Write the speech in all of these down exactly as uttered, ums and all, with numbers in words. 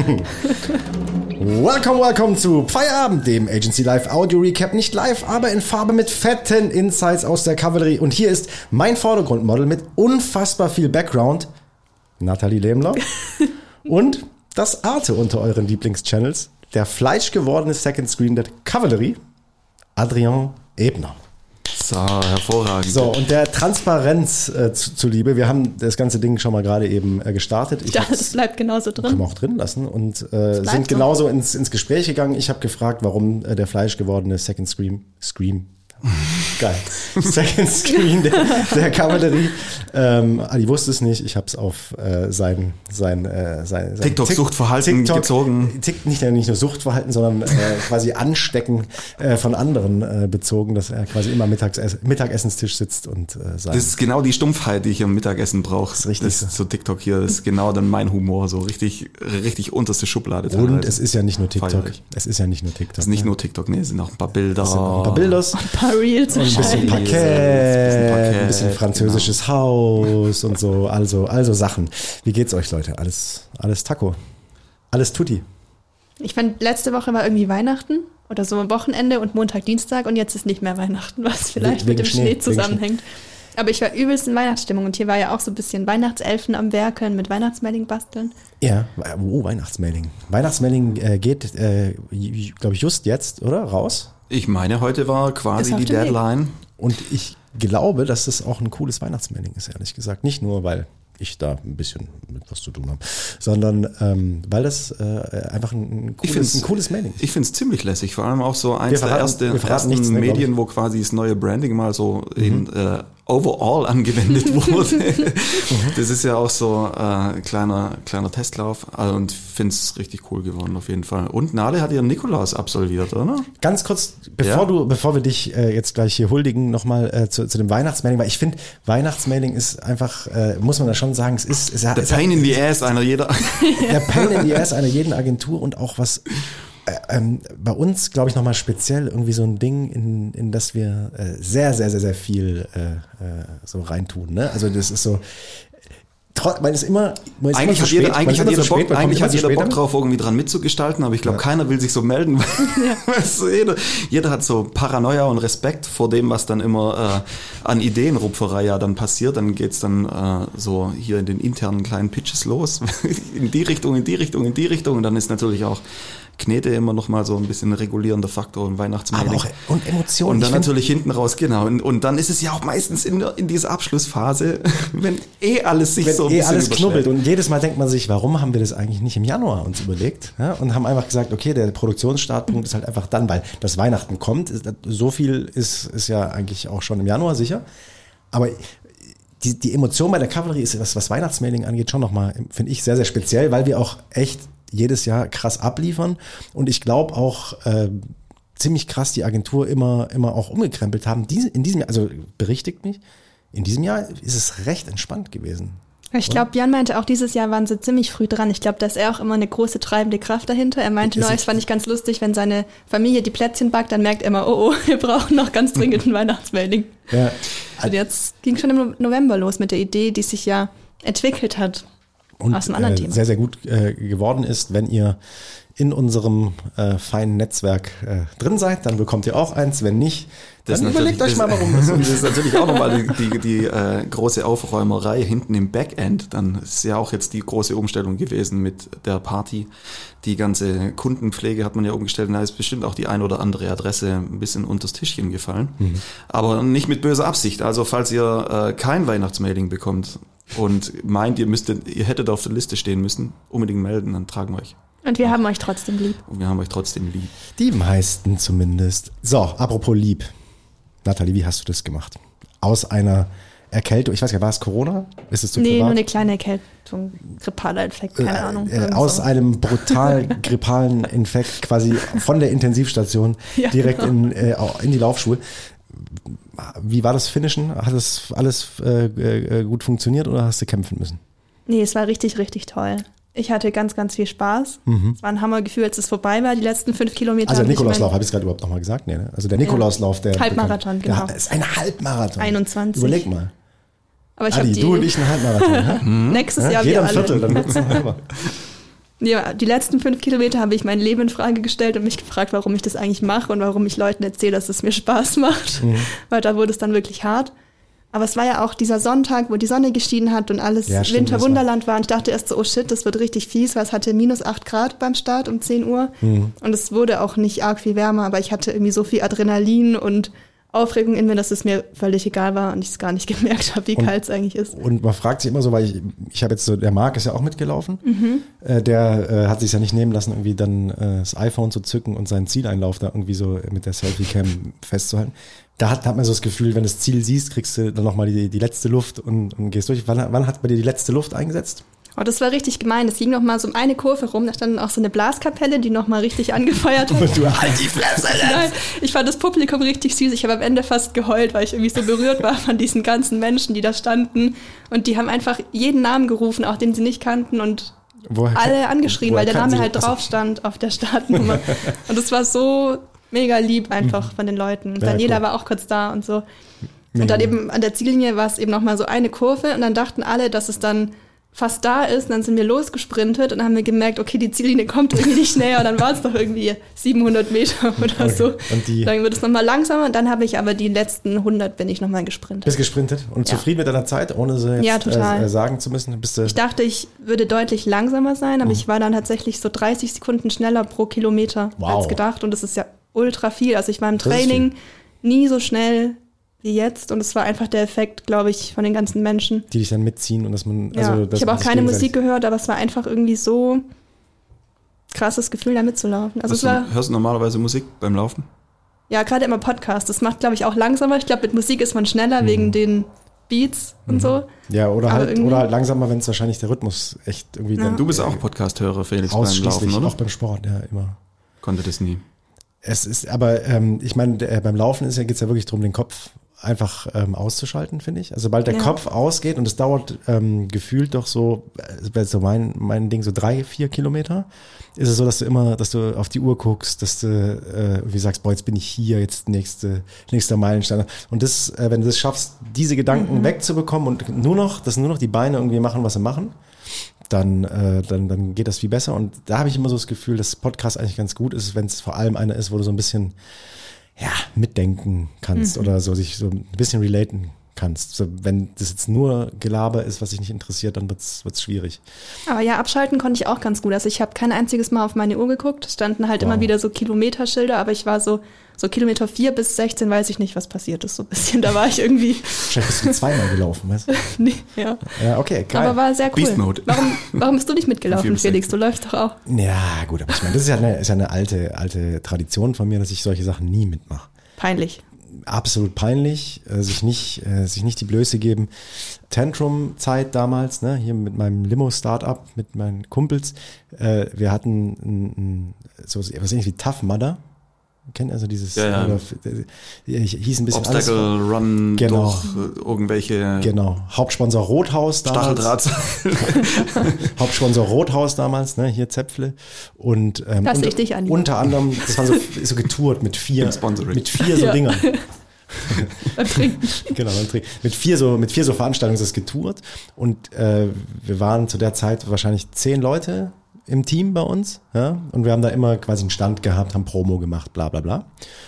Welcome, welcome zu Feierabend, dem Agency Live Audio Recap. Nicht live, aber in Farbe mit fetten Insights aus der Kavallerie. Und hier ist mein Vordergrundmodel mit unfassbar viel Background, Nathalie Lehmler. Und das Arte unter euren Lieblingschannels, der fleischgewordene Second Screen der Kavallerie, Adrian Ebner. So, hervorragend. So, und der Transparenz äh, zu, zuliebe, wir haben das ganze Ding schon mal gerade eben äh, gestartet. Ich ja, das bleibt genauso drin. Können wir auch drin lassen und äh, sind genauso ins, ins Gespräch gegangen. Ich habe gefragt, warum äh, der fleischgewordene Second Screen, Scream, geil, Second Screen der, der Kavallerie, ähm, Ali wusste es nicht, ich habe es auf äh, sein, sein, äh, sein, sein TikTok-Suchtverhalten TikTok, gezogen. Tick, nicht, nicht nur Suchtverhalten, sondern äh, quasi Anstecken äh, von anderen äh, bezogen, dass er quasi immer mittags, Mittagessenstisch sitzt und äh, sein. Das ist genau die Stumpfheit, die ich am Mittagessen brauche. Das ist richtig. Das ist so TikTok hier, das ist genau dann mein Humor, so richtig, richtig unterste Schublade. Und teilweise. Es ist ja nicht nur TikTok. Feierlich. Es ist ja nicht nur TikTok. Es ist nicht ne? nur TikTok, nee, es sind auch ein paar Bilder. Es sind auch ein paar Bilder. Ein paar Reels. Und ein bisschen Parkett, ein bisschen, Parkett, ein bisschen französisches genau. Haus und so, also, also Sachen. Wie geht's euch, Leute? Alles, alles Taco. Alles Tutti. Ich fand, letzte Woche war irgendwie Weihnachten oder so am Wochenende und Montag, Dienstag und jetzt ist nicht mehr Weihnachten, was vielleicht wegen mit dem Schnee, Schnee zusammenhängt. Schnee. Aber ich war übelst in Weihnachtsstimmung und hier war ja auch so ein bisschen Weihnachtselfen am Werkeln mit Weihnachtsmailing basteln. Ja, oh, Weihnachtsmailing. Weihnachtsmailing äh, geht, äh, glaube ich, just jetzt, oder? Raus? Ich meine, heute war quasi die Deadline. Und ich glaube, dass das auch ein cooles Weihnachtsmailing ist, ehrlich gesagt. Nicht nur, weil ich da ein bisschen mit was zu tun habe, sondern ähm, weil das äh, einfach ein cooles, ein cooles Mailing ist. Ich finde es ziemlich lässig, vor allem auch so eins der erste, ersten nichts, ne, Medien, wo quasi das neue Branding mal so mhm. in äh, overall angewendet wurde. Das ist ja auch so ein äh, kleiner, kleiner Testlauf also, und finde es richtig cool geworden auf jeden Fall. Und Nale hat ihren Nikolaus absolviert, oder? Ganz kurz, bevor ja. du, bevor wir dich äh, jetzt gleich hier huldigen, nochmal äh, zu, zu dem Weihnachtsmailing, weil ich finde, Weihnachtsmailing ist einfach, äh, muss man da schon sagen, es ist... Es hat, der es Pain hat, in the Ass einer jeder... Der Pain in the Ass einer jeden Agentur und auch was... Äh, ähm, bei uns, glaube ich, nochmal speziell irgendwie so ein Ding, in, in das wir äh, sehr, sehr, sehr, sehr viel äh, äh, so reintun. Ne? Also das ist so, man ist immer, man ist eigentlich immer hat jeder, spät, eigentlich hat jeder, spät, Bock, eigentlich hat jeder spät Bock drauf, irgendwie dran mitzugestalten, aber ich glaube, ja. keiner will sich so melden. Ja. Weißt du, jeder, jeder hat so Paranoia und Respekt vor dem, was dann immer äh, an Ideenrupferei ja dann passiert. Dann geht's dann äh, so hier in den internen kleinen Pitches los, in die Richtung, in die Richtung, in die Richtung. Und dann ist natürlich auch Knete immer noch mal so ein bisschen regulierender Faktor und Weihnachtsmailing. Aber auch und Emotionen. Und dann natürlich hinten raus, genau. Und, und dann ist es ja auch meistens in, in dieser Abschlussphase, wenn eh alles sich wenn so ein eh bisschen alles überschlägt. knubbelt. Und jedes Mal denkt man sich, warum haben wir das eigentlich nicht im Januar uns überlegt? Ja? Und haben einfach gesagt, okay, der Produktionsstartpunkt ist halt einfach dann, weil das Weihnachten kommt. So viel ist, ist ja eigentlich auch schon im Januar sicher. Aber die, die Emotion bei der Kavallerie ist, was, was Weihnachtsmailing angeht, schon nochmal, finde ich, sehr, sehr speziell, weil wir auch echt jedes Jahr krass abliefern und ich glaube auch äh, ziemlich krass die Agentur immer immer auch umgekrempelt haben. Diese, in diesem Jahr, also berichtigt mich, in diesem Jahr ist es recht entspannt gewesen. Ich glaube, Jan meinte auch, dieses Jahr waren sie ziemlich früh dran. Ich glaube, da ist er auch immer eine große treibende Kraft dahinter. Er meinte nur, es fand ich ganz lustig, wenn seine Familie die Plätzchen backt, dann merkt er immer, oh, oh, wir brauchen noch ganz dringend ein Weihnachtsmailing. Ja. Und jetzt ging schon im November los mit der Idee, die sich ja entwickelt hat. Und aus einem anderen äh, Thema. sehr, sehr gut äh, geworden ist, wenn ihr in unserem äh, feinen Netzwerk äh, drin seid, dann bekommt ihr auch eins. Wenn nicht, das dann überlegt euch mal, warum. Das, das ist natürlich auch nochmal die, die, die äh, große Aufräumerei hinten im Backend. Dann ist ja auch jetzt die große Umstellung gewesen mit der Party. Die ganze Kundenpflege hat man ja umgestellt. Und da ist bestimmt auch die ein oder andere Adresse ein bisschen unters Tischchen gefallen. Mhm. Aber nicht mit böser Absicht. Also falls ihr äh, kein Weihnachtsmailing bekommt und meint, ihr müsstet, ihr hättet auf der Liste stehen müssen, unbedingt melden, dann tragen wir euch. Und wir haben euch trotzdem lieb. Und wir haben euch trotzdem lieb. Die meisten zumindest. So, apropos lieb. Nathalie, wie hast du das gemacht? Aus einer Erkältung, ich weiß gar nicht, war es Corona? Ist es zu Nee, privat? nur eine kleine Erkältung, grippaler Infekt, keine äh, Ahnung. Äh, aus so. einem brutal grippalen Infekt quasi von der Intensivstation ja, direkt genau. in, äh, in die Laufschuhe. Wie war das Finishen? Hat das alles äh, äh, gut funktioniert oder hast du kämpfen müssen? Nee, es war richtig, richtig toll. Ich hatte ganz, ganz viel Spaß. Mhm. Es war ein Hammergefühl, als es vorbei war, die letzten fünf Kilometer. Also der Nikolauslauf, habe ich es gerade überhaupt nochmal gesagt? Nee, ne? Also der Nikolauslauf, der... Halbmarathon, genau. Der ist ein Halbmarathon. einundzwanzig. Überleg mal. Aber ich Adi, die du und ich ein Halbmarathon. Nächstes ja? Jahr Jeder wir ein Viertel, alle. dann wird's ein halber. Ja, die letzten fünf Kilometer habe ich mein Leben in Frage gestellt und mich gefragt, warum ich das eigentlich mache und warum ich Leuten erzähle, dass es mir Spaß macht. Mhm. Weil da wurde es dann wirklich hart. Aber es war ja auch dieser Sonntag, wo die Sonne geschienen hat und alles ja, Winterwunderland war. Und ich dachte erst so, oh shit, das wird richtig fies, weil es hatte minus acht Grad beim Start um zehn Uhr. Mhm. Und es wurde auch nicht arg viel wärmer, aber ich hatte irgendwie so viel Adrenalin und Aufregung in mir, dass es mir völlig egal war und ich es gar nicht gemerkt habe, wie kalt es eigentlich ist. Und man fragt sich immer so, weil ich, ich habe jetzt so, der Marc ist ja auch mitgelaufen, mhm. äh, der äh, hat sich ja nicht nehmen lassen, irgendwie dann äh, das iPhone zu zücken und seinen Zieleinlauf da irgendwie so mit der Selfie-Cam festzuhalten. Da hat, hat man so das Gefühl, wenn du das Ziel siehst, kriegst du dann nochmal die, die letzte Luft und, und gehst durch. Wann, wann hat bei dir die letzte Luft eingesetzt? Oh, das war richtig gemein. Es ging noch mal so um eine Kurve rum. Da stand auch so eine Blaskapelle, die noch mal richtig angefeuert hat. Und du halt die Fresse jetzt! Nein, ich fand das Publikum richtig süß. Ich habe am Ende fast geheult, weil ich irgendwie so berührt war von diesen ganzen Menschen, die da standen. Und die haben einfach jeden Namen gerufen, auch den sie nicht kannten und woher, alle angeschrien, weil der Name halt drauf stand auf der Startnummer. Und es war so mega lieb einfach von den Leuten. Und ja, Daniela cool. war auch kurz da und so. Und dann eben an der Ziellinie war es eben noch mal so eine Kurve und dann dachten alle, dass es dann fast da ist, und dann sind wir losgesprintet und dann haben wir gemerkt, okay, die Ziellinie kommt irgendwie nicht näher und dann war es doch irgendwie siebenhundert Meter oder okay. so. Und die dann wird es nochmal langsamer und dann habe ich aber die letzten hundert bin ich nochmal gesprintet. Bist gesprintet und ja. zufrieden mit deiner Zeit, ohne sie jetzt ja, total. Äh, sagen zu müssen? Bist du ich dachte, ich würde deutlich langsamer sein, aber mhm. ich war dann tatsächlich so dreißig Sekunden schneller pro Kilometer wow. als gedacht und das ist ja ultra viel. Also ich war im Training nie so schnell wie jetzt und es war einfach der Effekt, glaube ich, von den ganzen Menschen. Die dich dann mitziehen und dass man... Ja, also, dass ich habe auch keine Musik gehört, aber es war einfach irgendwie so krasses Gefühl, da mitzulaufen. Also es war, du, hörst du normalerweise Musik beim Laufen? Ja, gerade immer Podcast. Das macht, glaube ich, auch langsamer. Ich glaube, mit Musik ist man schneller mhm. wegen den Beats und mhm. so. Ja, oder halt, oder halt langsamer, wenn es wahrscheinlich der Rhythmus echt irgendwie... Ja. Dann, du bist auch Podcast-Hörer, Felix, beim Laufen, oder? Auch beim Sport, ja, immer. Konnte das nie. Es ist, aber ähm, ich meine, beim Laufen ist ja, geht's ja wirklich darum, den Kopf einfach ähm, auszuschalten, finde ich. Also sobald der ja. Kopf ausgeht und es dauert ähm, gefühlt doch so, das wäre so mein, mein Ding, so drei, vier Kilometer, ist es so, dass du immer, dass du auf die Uhr guckst, dass du äh, irgendwie sagst, boah, jetzt bin ich hier, jetzt nächste, nächster Meilenstein. Und das, äh, wenn du das schaffst, diese Gedanken mhm. wegzubekommen und nur noch, dass nur noch die Beine irgendwie machen, was sie machen, dann, äh, dann, dann geht das viel besser. Und da habe ich immer so das Gefühl, dass Podcast eigentlich ganz gut ist, wenn es vor allem einer ist, wo du so ein bisschen ja, mitdenken kannst mhm. oder so sich so ein bisschen relaten kannst. So, wenn das jetzt nur Gelaber ist, was dich nicht interessiert, dann wird's wird's schwierig. Aber ja, abschalten konnte ich auch ganz gut. Also ich habe kein einziges Mal auf meine Uhr geguckt. Es standen halt wow. immer wieder so Kilometerschilder, aber ich war so so Kilometer vier bis sechzehn, weiß ich nicht, was passiert ist. So ein bisschen, da war ich irgendwie... Wahrscheinlich bist du zweimal gelaufen, weißt du? Nee, ja. Ja, okay, geil. Aber war sehr cool. Beast Mode. Warum, warum bist du nicht mitgelaufen, Felix? Du läufst doch auch. Ja, gut, aber ich meine, das ist ja eine, ist ja eine alte, alte Tradition von mir, dass ich solche Sachen nie mitmache. Peinlich. Absolut peinlich, äh, sich nicht, äh, sich nicht die Blöße geben. Tantrum-Zeit damals, ne, hier mit meinem Limo-Startup, mit meinen Kumpels. Äh, wir hatten ein, ein, so was ähnliches wie Tough Mudder. Kennt also dieses, ja, ja. Oder, hieß ein bisschen Obstacle alles, Run genau, durch irgendwelche. Genau. Hauptsponsor Rothaus damals. Stacheldraht. Hauptsponsor Rothaus damals, ne, hier Zäpfle. Und ähm, unter, ich dich an. Unter anderem, das war so, so getourt mit vier, mit vier so ja. Dingern. Beim Trinken. Genau, beim Trinken. Mit vier so, mit vier so Veranstaltungen ist das getourt. Und äh, wir waren zu der Zeit wahrscheinlich zehn Leute im Team bei uns, ja, und wir haben da immer quasi einen Stand gehabt, haben Promo gemacht, bla bla bla.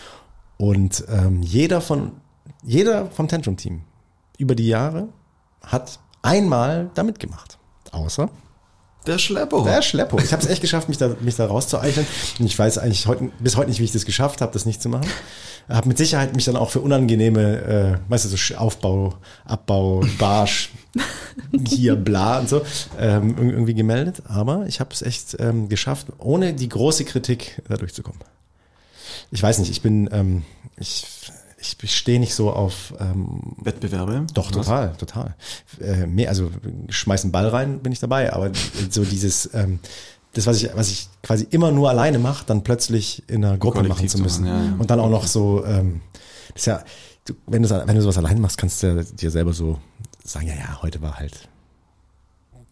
Und ähm, jeder von jeder vom Tantrum-Team über die Jahre hat einmal da mitgemacht. Außer der Schleppo. Der Schleppo. Ich habe es echt geschafft, mich da, mich da rauszueicheln. Und ich weiß eigentlich heute, bis heute nicht, wie ich das geschafft habe, das nicht zu machen. Habe mit Sicherheit mich dann auch für unangenehme, äh, weißt du, so Aufbau, Abbau, Barsch, hier, bla und so, ähm, irgendwie gemeldet. Aber ich habe es echt ähm, geschafft, ohne die große Kritik da durchzukommen. Ich weiß nicht, ich bin, ähm, ich... Ich stehe nicht so auf ähm, Wettbewerbe. Doch, total, was? total. Äh, mehr, also schmeiß einen Ball rein, bin ich dabei. Aber so dieses, ähm, das, was ich, was ich quasi immer nur alleine mache, dann plötzlich in einer Gruppe Kollektiv machen zu müssen. Machen, ja, ja. Und dann auch noch so, ähm, das ist ja, du, wenn du wenn du sowas allein machst, kannst du dir selber so sagen, ja, ja, heute war halt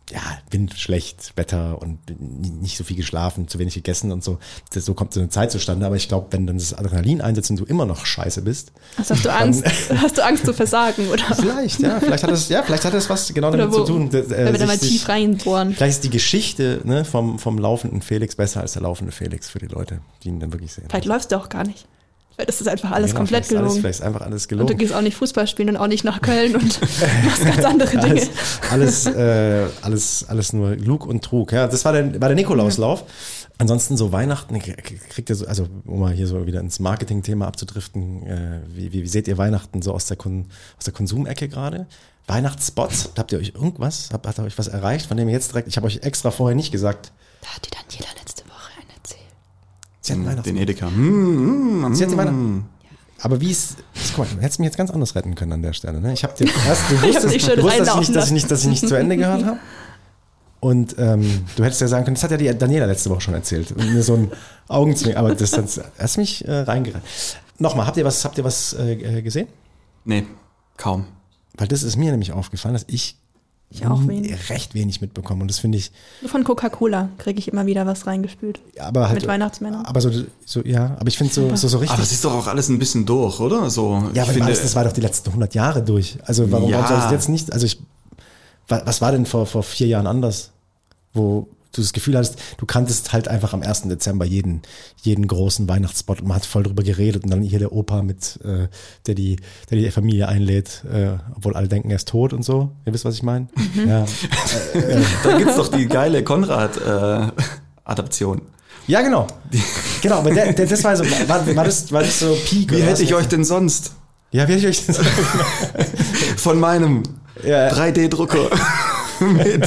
ja, Wind, schlecht, Wetter und nicht so viel geschlafen, zu wenig gegessen und so. Das, so kommt so eine Zeit zustande. Aber ich glaube, wenn dann das Adrenalin einsetzt und du immer noch scheiße bist. Also hast du Angst, hast du Angst zu versagen, oder? Vielleicht, ja. Vielleicht hat das, ja, vielleicht hat das was genau damit zu tun. Äh, wenn wir da mal tief reinbohren. Vielleicht ist die Geschichte ne, vom, vom laufenden Felix besser als der laufende Felix für die Leute, die ihn dann wirklich sehen. Vielleicht läufst du auch gar nicht. Vielleicht ist das einfach alles ja, komplett gelogen. Alles, vielleicht ist einfach alles gelogen. Und du gehst auch nicht Fußball spielen und auch nicht nach Köln und machst ganz andere Dinge. Alles, alles, äh, alles, alles nur Lug und Trug. Ja, das war der, war der Nikolauslauf. Ja. Ansonsten so Weihnachten kriegt ihr so, also um mal hier so wieder ins Marketing-Thema abzudriften, äh, wie, wie, wie seht ihr Weihnachten so aus der, Kon, aus der Konsumecke gerade? Weihnachtsspots, habt ihr euch irgendwas, habt, hat euch was erreicht, von dem ihr jetzt direkt, ich habe euch extra vorher nicht gesagt. Da hat die Daniela letzte Woche einen erzählt. Sie hat Weihnachten. Den Edeka. Mm, mm, Sie hat die Weihnachten. Aber wie ist, guck mal, du hättest mich jetzt ganz anders retten können an der Stelle. Ne? Ich habe dir erst, du wusstest, ich hab du wusstest dass, ich nicht, dass, ich nicht, dass ich nicht zu Ende gehört habe. Und ähm, du hättest ja sagen können, das hat ja die Daniela letzte Woche schon erzählt. Und mir so ein Augenzwinkern, aber das dann, hast mich äh, reingerannt. Nochmal, habt ihr was, habt ihr was äh, gesehen? Nee, kaum. Weil das ist mir nämlich aufgefallen, dass ich, ich auch wenig. recht wenig mitbekomme. Und das finde ich. Nur von Coca-Cola kriege ich immer wieder was reingespült. Aber halt, mit Weihnachtsmännern. Aber so, so ja, aber ich finde so, so, so richtig. Aber es ist doch auch alles ein bisschen durch, oder? So, ja, ich aber finde, alles, das war doch die letzten hundert Jahre durch. Also warum, ja. warum soll ich jetzt nicht, also ich, was war denn vor, vor vier Jahren anders? Wo du das Gefühl hast, du kanntest halt einfach am ersten Dezember jeden, jeden großen Weihnachtsspot und man hat voll drüber geredet und dann hier der Opa mit, äh, der die, der die Familie einlädt, äh, obwohl alle denken, er ist tot und so. Ihr wisst, was ich meine? Mhm. Ja. äh, äh, da gibt's doch die geile Konrad-Adaption. Äh, ja, genau. Genau, aber der, der, das war so, war, war, das, war das so Peak? Wie hätte ich euch denn sonst? Ja, wie hätte ich euch denn sonst? Von meinem ja. drei D Drucker. Mit.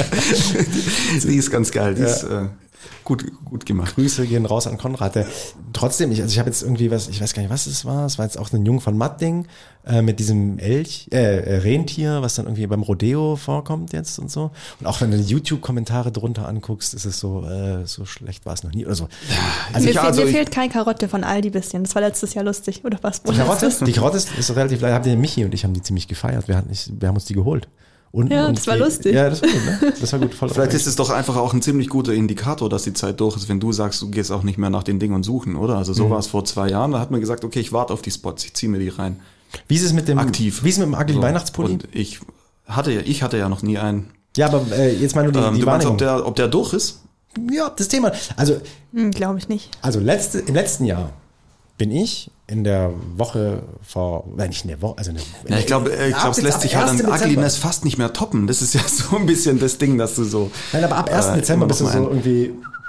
Die ist ganz geil, die ja. ist äh, gut, gut gemacht. Grüße gehen raus an Konrad. Der, trotzdem, ich, also ich habe jetzt irgendwie was, ich weiß gar nicht, was es war. Es war jetzt auch ein Jung von Matt-Ding äh, mit diesem Elch, äh, Rentier, was dann irgendwie beim Rodeo vorkommt jetzt und so. Und auch wenn du die YouTube-Kommentare drunter anguckst, ist es so, äh, so schlecht war es noch nie oder so. Also mir, ich, also mir fehlt keine Karotte von Aldi bisschen. Das war letztes Jahr lustig, oder was? Die Karotte, die Karotte ist, ist relativ, habt ihr Michi und ich haben die ziemlich gefeiert. Wir, hatten, wir haben uns die geholt. Und, ja, und das war die, lustig. Ja, das war gut, ne? Das war gut. Voll Vielleicht ist es doch einfach auch ein ziemlich guter Indikator, dass die Zeit durch ist, wenn du sagst, du gehst auch nicht mehr nach den Dingen suchen, oder? Also so mhm. war es vor zwei Jahren, da hat man gesagt, okay, ich warte auf die Spots, ich ziehe mir die rein. Wie ist es mit dem, aktiv. Wie ist es mit dem Ugly so. Weihnachtspulli? Und ich hatte ja, ich hatte ja noch nie einen. Ja, aber äh, jetzt mal nur die, ähm, die du Wahrnehmung. meinst, ob der, ob der durch ist? Ja, das Thema. Also, hm, glaube ich nicht. Also letzte, im letzten Jahr bin ich in der Woche vor, nein, nicht in der Woche, also in der, ja, ich glaube, ich glaube, es lässt sich halt an Ugliness fast nicht mehr toppen. Das ist ja so ein bisschen das Ding, dass du so. Nein, aber ab ersten Äh, Dezember bist du so irgendwie.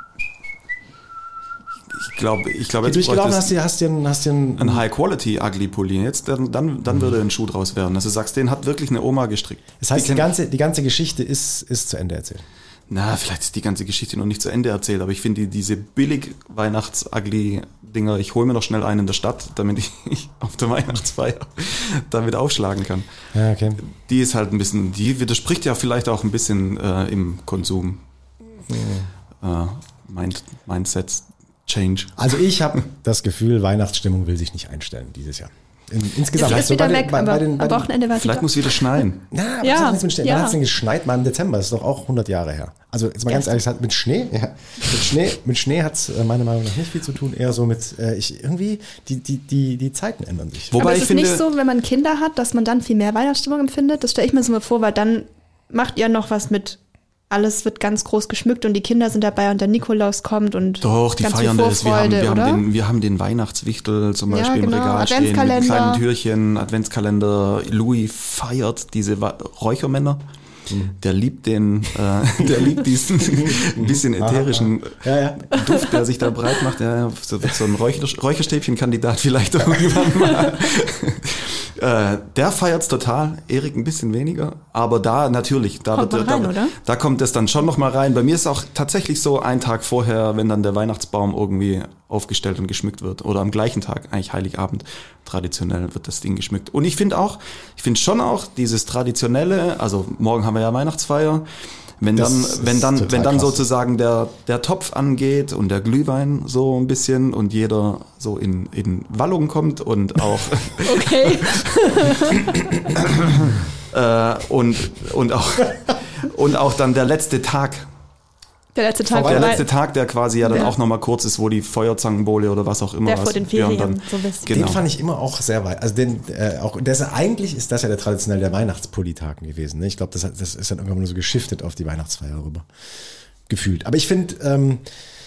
Ich glaube, ich glaube, jetzt durchgelaufen hast du, hast du einen, hast du einen, ein High-Quality-Ugly-Pulli. Jetzt, dann, dann, dann würde ein Schuh draus werden. Also du sagst, den hat wirklich eine Oma gestrickt. Das heißt, die, die ganze, die ganze Geschichte ist, ist zu Ende erzählt. Na, vielleicht ist die ganze Geschichte noch nicht zu Ende erzählt, aber ich finde die, diese billig Weihnachts-Ugly-Dinger, ich hole mir noch schnell einen in der Stadt, damit ich auf der Weihnachtsfeier damit aufschlagen kann. Ja, okay. Die ist halt ein bisschen, die widerspricht ja vielleicht auch ein bisschen äh, im Konsum. Ja. Äh, Mind, Mindset Change. Also ich habe das Gefühl, Weihnachtsstimmung will sich nicht einstellen dieses Jahr. In, insgesamt ist hast du wieder bei weg, den, bei, aber bei den, bei am Wochenende war es vielleicht muss wieder schneien. Na, aber ja, das hat nichts mit Schnee. ja. Wann hat es denn geschneit? Mal im Dezember, das ist doch auch hundert Jahre her. Also jetzt mal ganz ehrlich, es hat mit Schnee, ja, mit Schnee, mit Schnee hat es meiner Meinung nach nicht viel zu tun, eher so mit, äh, ich, irgendwie, die, die, die, die Zeiten ändern sich. Wobei aber ich ist es finde, nicht so, wenn man Kinder hat, dass man dann viel mehr Weihnachtsstimmung empfindet? Das stelle ich mir so mal vor, weil dann macht ihr noch was mit, alles wird ganz groß geschmückt und die Kinder sind dabei und der Nikolaus kommt und doch, die ganz feiern viel das. Wir haben, wir, haben oder? den, wir haben den Weihnachtswichtel zum Ja, Beispiel genau. im Regal stehen mit Adventskalender. kleinen Türchen, Adventskalender. Louis feiert diese Wa- Räuchermänner. Mhm. Der liebt den, äh, der liebt diesen ein bisschen ätherischen ja, ja. Duft, der sich da breit macht. Ja, so wird so ein Räucher, Räucherstäbchen-Kandidat vielleicht irgendwann mal. Äh, der feiert's total, Erik ein bisschen weniger, aber da natürlich, da, kommt wird, rein, da, oder? da kommt es dann schon noch mal rein. Bei mir ist auch tatsächlich so ein Tag vorher, wenn dann der Weihnachtsbaum irgendwie aufgestellt und geschmückt wird oder am gleichen Tag, eigentlich Heiligabend, traditionell wird das Ding geschmückt. Und ich finde auch, ich finde schon auch dieses traditionelle, also morgen haben wir ja Weihnachtsfeier, wenn das dann, wenn dann, wenn dann krass. sozusagen der, der Topf angeht und der Glühwein so ein bisschen und jeder so in, in Wallung kommt und auch, okay. äh, und, und auch, Und auch dann der letzte Tag. Der letzte Tag. Der letzte Tag, der quasi ja dann der, auch nochmal kurz ist, wo die Feuerzangenbowle oder was auch immer. Der vor den Ferien. Dann, so bisschen. Genau. Den fand ich immer auch sehr weit. Also den, äh, auch, das, eigentlich ist das ja der traditionell der Weihnachtspolitag gewesen. Ne? Ich glaube, das, das ist dann irgendwann nur so geschiftet auf die Weihnachtsfeier rüber. Gefühlt. Aber ich finde, ähm,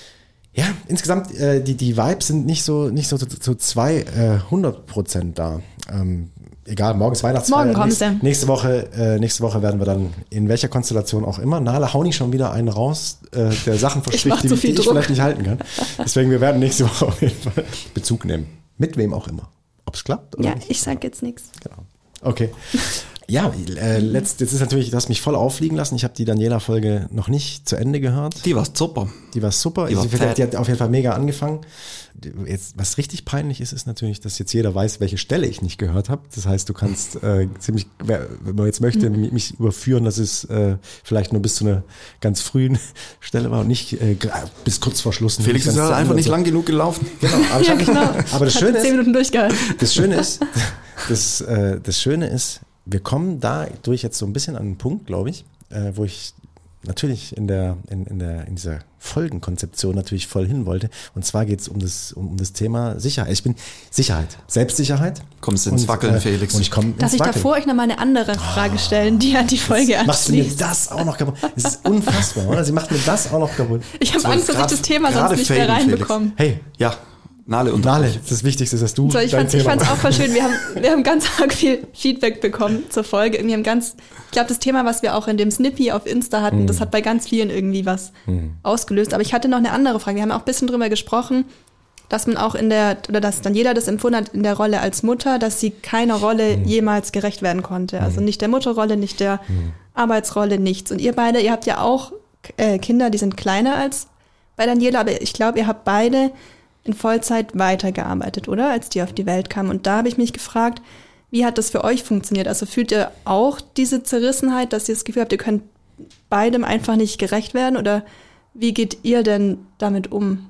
ja, insgesamt, äh, die, die Vibes sind nicht so, nicht so zu, zu zweihundert Prozent da. Ähm, Egal, morgen ist Weihnachtsfeier. Morgen kommst nächste, nächste Woche, äh, nächste Woche werden wir dann in welcher Konstellation auch immer. Nale, hau nicht schon wieder einen raus, äh, der Sachen verspricht, die, die ich vielleicht nicht halten kann. Deswegen, wir werden nächste Woche auf jeden Fall Bezug nehmen. Mit wem auch immer. Ob es klappt oder Ja, nicht. ich sag jetzt nichts. Genau. Okay. Ja, äh, letzt, jetzt ist natürlich, du hast mich voll auffliegen lassen. Ich habe die Daniela-Folge noch nicht zu Ende gehört. Die war super. Die war super. Die, war die, die hat auf jeden Fall mega angefangen. Jetzt, was richtig peinlich ist, ist natürlich, dass jetzt jeder weiß, welche Stelle ich nicht gehört habe. Das heißt, du kannst äh, ziemlich, wenn man jetzt möchte, mhm. mich überführen, dass es äh, vielleicht nur bis zu einer ganz frühen Stelle war und nicht äh, bis kurz vor Schluss. Felix ist halt einfach nicht so lang genug gelaufen. Genau. Aber, ich ja, hab genau. Nicht, aber das Schöne ist, zehn Minuten durchgehalten. Das Schöne ist, das, äh, das Schöne ist, wir kommen dadurch jetzt so ein bisschen an einen Punkt, glaube ich, äh, wo ich natürlich in der in, in der in dieser Folgenkonzeption natürlich voll hin wollte. Und zwar geht es um das um, um das Thema Sicherheit. Ich bin Sicherheit, Selbstsicherheit. Kommst du ins und, Wackeln, äh, Felix? Und ich komme Darf ich Wackeln. davor euch noch mal eine andere Frage oh, stellen, die an die Folge anschließt? Machst du mir das auch noch kaputt? Das ist unfassbar, oder? Sie macht mir das auch noch kaputt. Ich habe Angst, dass ich das Thema sonst nicht mehr reinbekomme. Hey, ja. Nale und Nale, das Wichtigste ist, dass du so, ich dein fand, Thema Ich fand es auch voll schön. Wir haben, wir haben ganz arg viel Feedback bekommen zur Folge. Wir haben ganz, ich glaube, das Thema, was wir auch in dem Snippy auf Insta hatten, mm. das hat bei ganz vielen irgendwie was mm. ausgelöst. Aber ich hatte noch eine andere Frage. Wir haben auch ein bisschen drüber gesprochen, dass man auch in der, oder dass dann jeder das empfunden hat in der Rolle als Mutter, dass sie keiner Rolle mm. jemals gerecht werden konnte. Also nicht der Mutterrolle, nicht der mm. Arbeitsrolle, nichts. Und ihr beide, ihr habt ja auch äh, Kinder, die sind kleiner als bei Daniela, aber ich glaube, ihr habt beide in Vollzeit weitergearbeitet, oder? Als die auf die Welt kamen. Und da habe ich mich gefragt, wie hat das für euch funktioniert? Also fühlt ihr auch diese Zerrissenheit, dass ihr das Gefühl habt, ihr könnt beidem einfach nicht gerecht werden? Oder wie geht ihr denn damit um?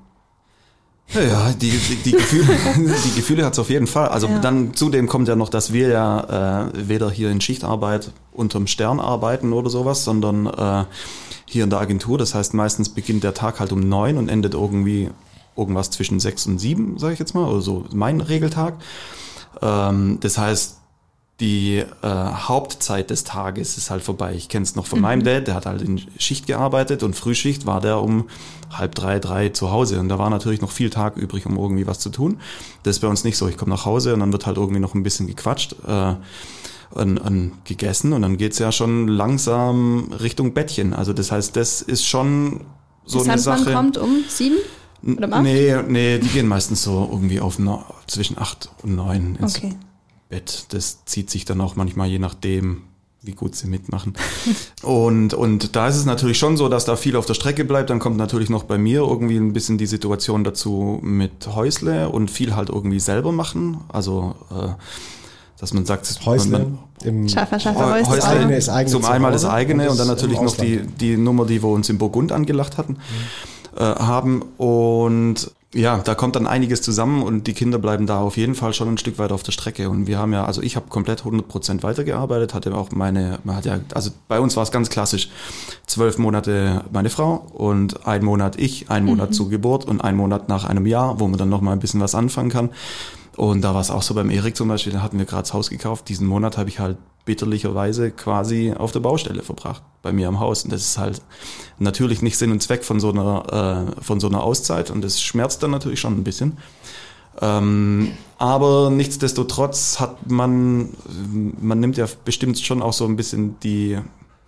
Ja, die, die, die Gefühle, die Gefühle hat es auf jeden Fall. Also ja. Dann zudem kommt ja noch, dass wir ja äh, weder hier in Schichtarbeit unterm Stern arbeiten oder sowas, sondern äh, hier in der Agentur. Das heißt, meistens beginnt der Tag halt um neun und endet irgendwie irgendwas zwischen sechs und sieben, sage ich jetzt mal, oder so mein Regeltag. Ähm, das heißt, die äh, Hauptzeit des Tages ist halt vorbei. Ich kenne es noch von mhm. meinem Dad, der hat halt in Schicht gearbeitet und Frühschicht war der um halb drei, drei zu Hause und da war natürlich noch viel Tag übrig, um irgendwie was zu tun. Das ist bei uns nicht so. Ich komme nach Hause und dann wird halt irgendwie noch ein bisschen gequatscht, äh, und, und gegessen und dann geht's ja schon langsam Richtung Bettchen. Also das heißt, das ist schon so das eine Sache. Wann kommt um sieben? Oder um acht? Nee, nee, die gehen meistens so irgendwie auf no, zwischen acht und neun ins okay. Bett. Das zieht sich dann auch manchmal je nachdem, wie gut sie mitmachen. und, und da ist es natürlich schon so, dass da viel auf der Strecke bleibt. Dann kommt natürlich noch bei mir irgendwie ein bisschen die Situation dazu mit Häusle und viel halt irgendwie selber machen. Also, äh, dass man sagt, Häusle man, im Schaffer, Schaffer, Häusle. Häusle eigene ist eigene zum einmal das eigene und, und dann natürlich noch die, die Nummer, die wir uns in Burgund angelacht hatten. Mhm. haben und ja, da kommt dann einiges zusammen und die Kinder bleiben da auf jeden Fall schon ein Stück weit auf der Strecke und wir haben ja, also ich habe komplett hundert Prozent weitergearbeitet, hatte auch meine, man hat ja, also bei uns war es ganz klassisch, zwölf Monate meine Frau und ein Monat ich, ein Monat mhm. zur Geburt und ein Monat nach einem Jahr, wo man dann noch mal ein bisschen was anfangen kann und da war es auch so beim Erik zum Beispiel, da hatten wir gerade das Haus gekauft, diesen Monat habe ich halt bitterlicherweise quasi auf der Baustelle verbracht, bei mir am Haus. Und das ist halt natürlich nicht Sinn und Zweck von so einer, äh, von so einer Auszeit und das schmerzt dann natürlich schon ein bisschen. Ähm, aber nichtsdestotrotz hat man, man nimmt ja bestimmt schon auch so ein bisschen die,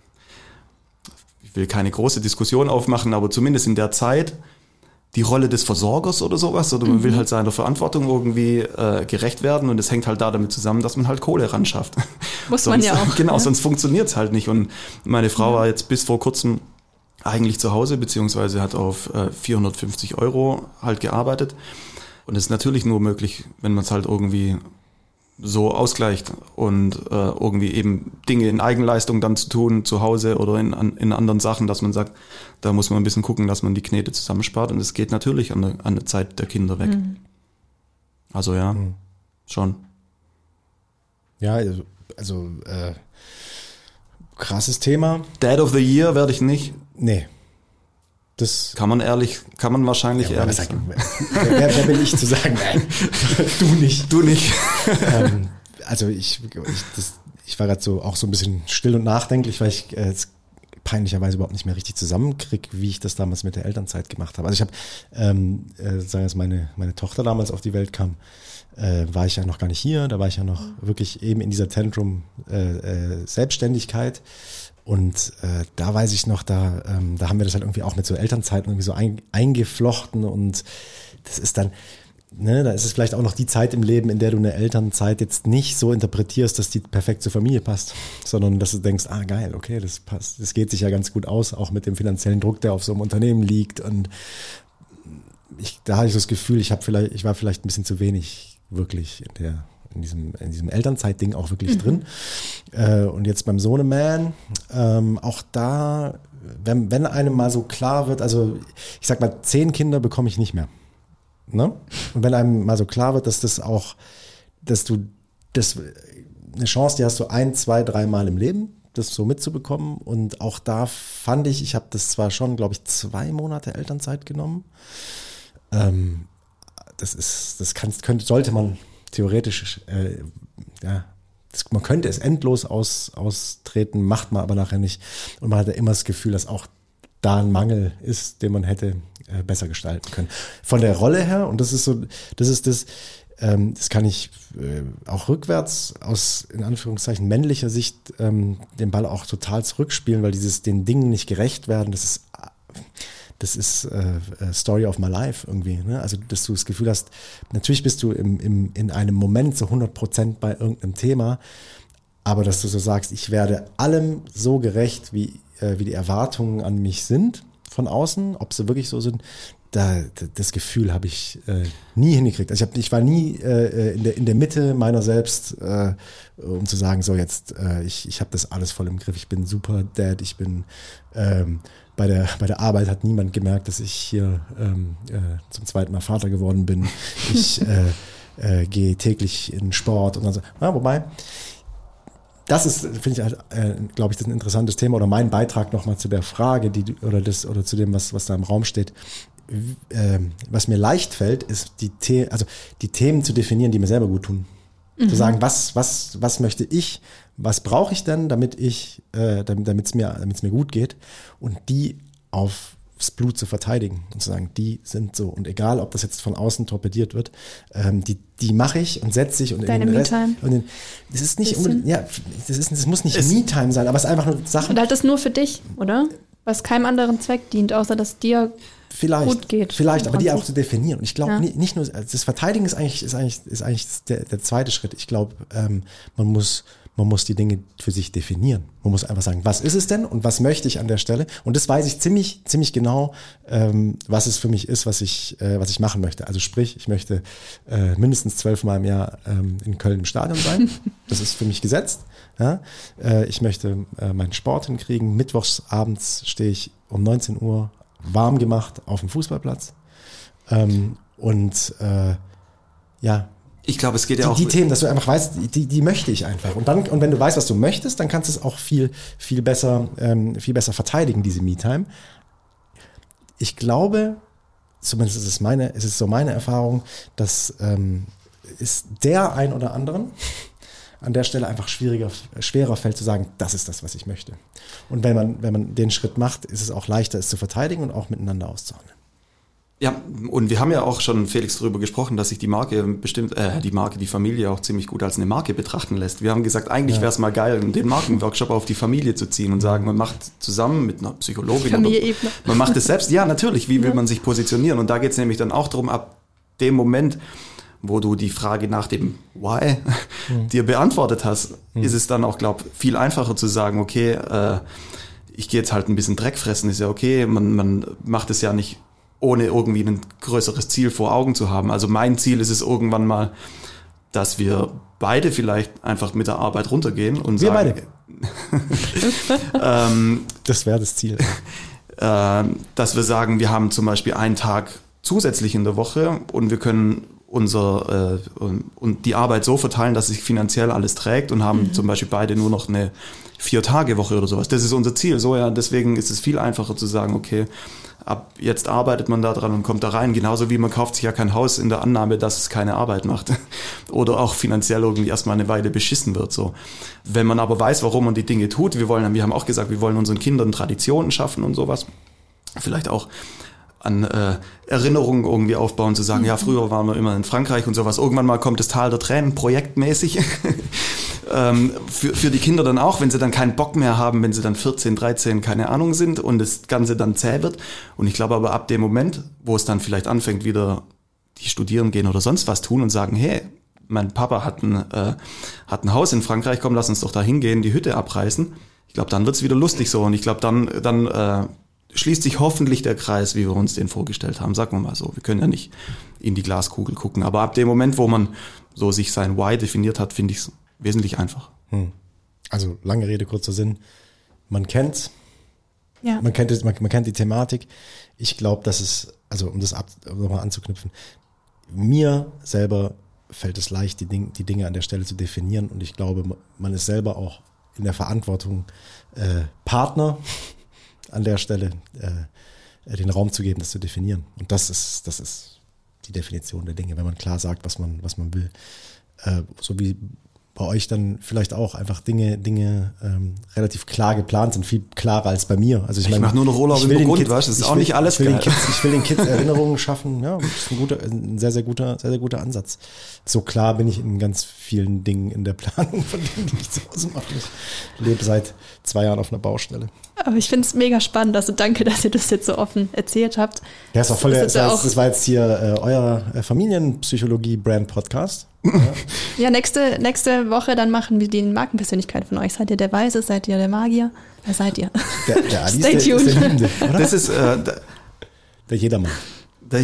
ich will keine große Diskussion aufmachen, aber zumindest in der Zeit die Rolle des Versorgers oder sowas, oder man mhm. will halt seiner Verantwortung irgendwie äh, gerecht werden und es hängt halt da damit zusammen, dass man halt Kohle ran schafft. Muss sonst, man ja auch. Genau, ja. sonst funktioniert's halt nicht und meine Frau ja. war jetzt bis vor kurzem eigentlich zu Hause, beziehungsweise hat auf äh, vierhundertfünfzig Euro halt gearbeitet und es ist natürlich nur möglich, wenn man es halt irgendwie so ausgleicht und äh, irgendwie eben Dinge in Eigenleistung dann zu tun, zu Hause oder in, in anderen Sachen, dass man sagt, da muss man ein bisschen gucken, dass man die Knete zusammenspart und es geht natürlich an der, an der Zeit der Kinder weg. Mhm. Also ja, mhm. schon. Ja, also, also äh, krasses Thema. Dad of the Year werde ich nicht. Nee. Das kann man ehrlich, kann man wahrscheinlich ja, ehrlich sagen. Wer, wer, wer bin ich zu sagen, nein, du nicht. Du nicht. ähm, also ich, ich, das, ich war gerade so auch so ein bisschen still und nachdenklich, weil ich äh, peinlicherweise überhaupt nicht mehr richtig zusammenkriege, wie ich das damals mit der Elternzeit gemacht habe. Also ich habe, ähm, äh, sagen wir als meine, meine Tochter damals auf die Welt kam, äh, war ich ja noch gar nicht hier, da war ich ja noch mhm. wirklich eben in dieser Tantrum äh, äh, Selbstständigkeit. Und äh, da weiß ich noch, da, ähm, da haben wir das halt irgendwie auch mit so Elternzeiten irgendwie so ein, eingeflochten und das ist dann, ne, da ist es vielleicht auch noch die Zeit im Leben, in der du eine Elternzeit jetzt nicht so interpretierst, dass die perfekt zur Familie passt, sondern dass du denkst, ah geil, okay, das passt, das geht sich ja ganz gut aus, auch mit dem finanziellen Druck, der auf so einem Unternehmen liegt und ich, da hatte ich so das Gefühl, ich habe vielleicht, ich war vielleicht ein bisschen zu wenig wirklich in der in diesem, in diesem Elternzeitding auch wirklich mhm. drin. Äh, und jetzt beim Sohneman, ähm, auch da, wenn, wenn einem mal so klar wird, also ich sag mal, zehn Kinder bekomme ich nicht mehr. Ne? Und wenn einem mal so klar wird, dass das auch, dass du, das eine Chance, die hast du ein, zwei, dreimal im Leben, das so mitzubekommen. Und auch da fand ich, ich habe das zwar schon, glaube ich, zwei Monate Elternzeit genommen. Ähm, das ist, das kann, könnte, sollte man theoretisch, äh, ja, das, man könnte es endlos aus, austreten, macht man aber nachher nicht. Und man hat ja immer das Gefühl, dass auch da ein Mangel ist, den man hätte äh, besser gestalten können. Von der Rolle her, und das ist so, das ist das, ähm, das kann ich äh, auch rückwärts aus, in Anführungszeichen, männlicher Sicht ähm, den Ball auch total zurückspielen, weil dieses den Dingen nicht gerecht werden, das ist Das ist äh, Story of my life irgendwie. Ne? Also, dass du das Gefühl hast, natürlich bist du im, im, in einem Moment so hundert Prozent bei irgendeinem Thema, aber dass du so sagst, ich werde allem so gerecht, wie, äh, wie die Erwartungen an mich sind von außen, ob sie wirklich so sind, da, das Gefühl habe ich äh, nie hingekriegt. Also ich, hab, ich war nie äh, in, der, in der Mitte meiner selbst, äh, um zu sagen, so jetzt, äh, ich, ich habe das alles voll im Griff, ich bin super Dad, ich bin ähm, bei der, bei der Arbeit hat niemand gemerkt, dass ich hier ähm, äh, zum zweiten Mal Vater geworden bin. Ich äh, äh, gehe täglich in Sport und dann so. Ja, wobei, das ist, finde ich, halt, äh, glaube ich, das ist ein interessantes Thema oder mein Beitrag nochmal zu der Frage, die oder das oder zu dem, was, was da im Raum steht. Äh, was mir leicht fällt, ist die The- also die Themen zu definieren, die mir selber gut tun. Mhm. Zu sagen, was, was, was möchte ich, was brauche ich denn, damit ich, äh, damit es mir, damit es mir gut geht, und die aufs Blut zu verteidigen und zu sagen, die sind so, und egal, ob das jetzt von außen torpediert wird, ähm, die, die mache ich und setze ich und deine in den Rest, Me-Time. und in, das ist nicht unbedingt, ja, das ist, das muss nicht es, Me-Time sein, aber es ist einfach nur Sachen. Und halt das nur für dich, oder? Was keinem anderen Zweck dient, außer dass dir Vielleicht, gut geht. vielleicht, aber die auch zu definieren. Und ich glaube, Ja. nicht, nicht nur, das Verteidigen ist eigentlich, ist eigentlich, ist eigentlich der, der zweite Schritt. Ich glaube, ähm, man muss, man muss die Dinge für sich definieren. Man muss einfach sagen, was ist es denn und was möchte ich an der Stelle? Und das weiß ich ziemlich, ziemlich genau, ähm, was es für mich ist, was ich, äh, was ich machen möchte. Also sprich, ich möchte äh, mindestens zwölfmal im Jahr ähm, in Köln im Stadion sein. Das ist für mich gesetzt. Ja? Äh, ich möchte äh, meinen Sport hinkriegen. Mittwochs abends stehe ich um neunzehn Uhr warm gemacht auf dem Fußballplatz. Ähm, und äh, ja, ich glaube, es geht ja die, auch die Themen, dass du einfach weißt, die, die möchte ich einfach. Und dann, und wenn du weißt, was du möchtest, dann kannst du es auch viel, viel besser, ähm, viel besser verteidigen, diese Me-Time. Ich glaube, zumindest ist es meine, ist es so meine Erfahrung, dass ähm, es der ein oder anderen an der Stelle einfach schwieriger, schwerer fällt zu sagen, das ist das, was ich möchte. Und wenn man, wenn man den Schritt macht, ist es auch leichter, es zu verteidigen und auch miteinander auszuhandeln. Ja, und wir haben ja auch schon, Felix, darüber gesprochen, dass sich die Marke bestimmt, äh, die Marke, die Familie auch ziemlich gut als eine Marke betrachten lässt. Wir haben gesagt, eigentlich Ja. wäre es mal geil, den Markenworkshop auf die Familie zu ziehen und sagen, man macht zusammen mit einer Psychologin, Familienebene. oder man macht es selbst. Ja, natürlich, wie will Ja. man sich positionieren? Und da geht es nämlich dann auch darum, ab dem Moment, wo du die Frage nach dem Why Mhm. dir beantwortet hast, Mhm. ist es dann auch, glaube ich, viel einfacher zu sagen, okay, äh, ich gehe jetzt halt ein bisschen Dreck fressen, ist ja okay, man, man macht es ja nicht, ohne irgendwie ein größeres Ziel vor Augen zu haben. Also mein Ziel ist es irgendwann mal, dass wir beide vielleicht einfach mit der Arbeit runtergehen und Wir sagen, ähm, Das wäre das Ziel. äh, dass wir sagen, wir haben zum Beispiel einen Tag zusätzlich in der Woche und wir können unser äh, und, und die Arbeit so verteilen, dass sich finanziell alles trägt und haben mhm. zum Beispiel beide nur noch eine Vier-Tage-Woche oder sowas. Das ist unser Ziel. So ja, deswegen ist es viel einfacher zu sagen, okay, ab jetzt arbeitet man da dran und kommt da rein. Genauso wie man kauft sich ja kein Haus in der Annahme, dass es keine Arbeit macht oder auch finanziell irgendwie erstmal eine Weile beschissen wird. So, wenn man aber weiß, warum man die Dinge tut, wir wollen, wir haben auch gesagt, wir wollen unseren Kindern Traditionen schaffen und sowas. Vielleicht auch an äh, Erinnerungen irgendwie aufbauen, zu sagen, mhm. ja, früher waren wir immer in Frankreich und sowas. Irgendwann mal kommt das Tal der Tränen, projektmäßig. ähm, für, für die Kinder dann auch, wenn sie dann keinen Bock mehr haben, wenn sie dann vierzehn, dreizehn, keine Ahnung sind und das Ganze dann zäh wird. Und ich glaube aber ab dem Moment, wo es dann vielleicht anfängt, wieder die studieren gehen oder sonst was tun und sagen, hey, mein Papa hat ein, äh, hat ein Haus in Frankreich, komm, lass uns doch da hingehen, die Hütte abreißen. Ich glaube, dann wird's wieder lustig so. Und ich glaube, dann, dann äh, schließt sich hoffentlich der Kreis, wie wir uns den vorgestellt haben. Sagen wir mal so, wir können ja nicht in die Glaskugel gucken. Aber ab dem Moment, wo man so sich sein Why definiert hat, finde ich es wesentlich einfach. Hm. Also lange Rede, kurzer Sinn. Man kennt ja. man kennt man, man kennt die Thematik. Ich glaube, dass es, also um das ab, nochmal anzuknüpfen, mir selber fällt es leicht, die, Ding, die Dinge an der Stelle zu definieren. Und ich glaube, man ist selber auch in der Verantwortung, äh, Partner an der Stelle äh, den Raum zu geben, das zu definieren. Und das ist, das ist die Definition der Dinge, wenn man klar sagt, was man, was man will. Äh, so wie bei euch dann vielleicht auch einfach Dinge, Dinge ähm, relativ klar geplant sind, viel klarer als bei mir. Also ich, ich meine, mache nur noch Urlaub im Burgund, weißt du, das ist auch will, nicht alles ich will geil. Den Kids, ich will den Kids Erinnerungen schaffen, ja, das ist ein guter, ein sehr, sehr guter, sehr, sehr guter Ansatz. So klar bin ich in ganz vielen Dingen in der Planung, von denen ich zu Hause mache. Ich lebe seit zwei Jahren auf einer Baustelle. Aber ich finde es mega spannend, also danke, dass ihr das jetzt so offen erzählt habt. Ja, ist auch voll, das, das, das, das war jetzt hier äh, euer äh, Familienpsychologie-Brand-Podcast. Ja. Ja, nächste, nächste Woche dann machen wir die Markenpersönlichkeit von euch. Seid ihr der Weise, seid ihr der Magier? Wer seid ihr? Der, der Adi Stay ist der, tuned. ist der Liebende, oder? Das ist äh, der, der Jedermann. Der,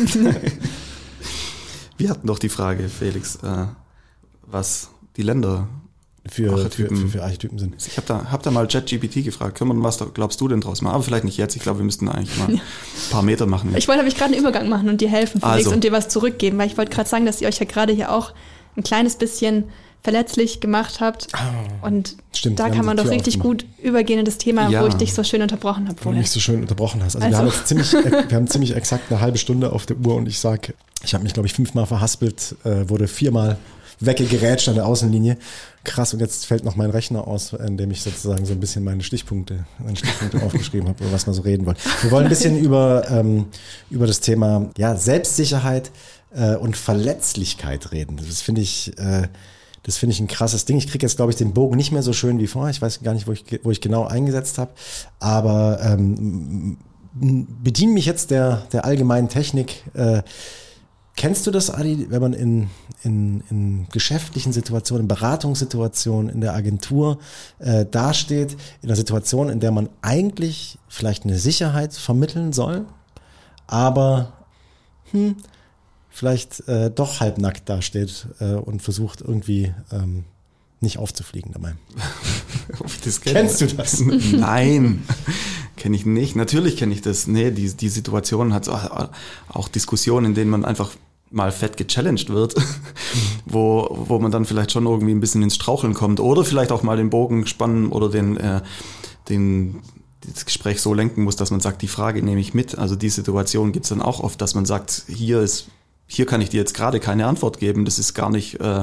wir hatten doch die Frage, Felix, äh, was die Länder Für, Archetypen. für, für, für Archetypen sind. Ich habe da, hab da mal ChatGPT gefragt, können wir, was glaubst du denn draus machen? Aber vielleicht nicht jetzt, ich glaube, wir müssten eigentlich mal ein paar Meter machen. Ich wollte nämlich gerade einen Übergang machen und dir helfen, Felix, Also. und dir was zurückgeben, weil ich wollte gerade sagen, dass ihr euch ja gerade hier auch ein kleines bisschen verletzlich gemacht habt. Und Stimmt, da wir kann haben man die doch Tür richtig aufgemacht. gut übergehen in das Thema, Ja. wo ich dich so schön unterbrochen habe Wo du vorher. mich so schön unterbrochen hast. Also, Also. wir haben jetzt ziemlich, wir haben ziemlich exakt eine halbe Stunde auf der Uhr und ich sag, ich habe mich, glaube ich, fünfmal verhaspelt, äh, wurde viermal weggegerätscht an der Außenlinie. Krass, und jetzt fällt noch mein Rechner aus, in dem ich sozusagen so ein bisschen meine Stichpunkte, meine Stichpunkte aufgeschrieben habe, über was wir so reden wollen. Wir wollen ein bisschen über, ähm, über das Thema ja, Selbstsicherheit äh, und Verletzlichkeit reden. Das finde ich, äh, das finde ich ein krasses Ding. Ich kriege jetzt, glaube ich, den Bogen nicht mehr so schön wie vorher. Ich weiß gar nicht, wo ich, wo ich genau eingesetzt habe. Aber ähm, bediene mich jetzt der, der allgemeinen Technik. Äh, Kennst du das, Adi, wenn man in, in, in geschäftlichen Situationen, in Beratungssituationen, in der Agentur äh, dasteht, in einer Situation, in der man eigentlich vielleicht eine Sicherheit vermitteln soll, aber hm, vielleicht äh, doch halbnackt dasteht äh, und versucht irgendwie ähm, nicht aufzufliegen dabei. Das Kennst du das? Nein, kenne ich nicht. Natürlich kenne ich das. Nee, die, die Situation hat auch Diskussionen, in denen man einfach mal fett gechallenged wird, wo, wo man dann vielleicht schon irgendwie ein bisschen ins Straucheln kommt oder vielleicht auch mal den Bogen spannen oder den, äh, den, das Gespräch so lenken muss, dass man sagt, die Frage nehme ich mit. Also die Situation gibt's dann auch oft, dass man sagt, hier ist, hier kann ich dir jetzt gerade keine Antwort geben, das ist gar nicht, äh,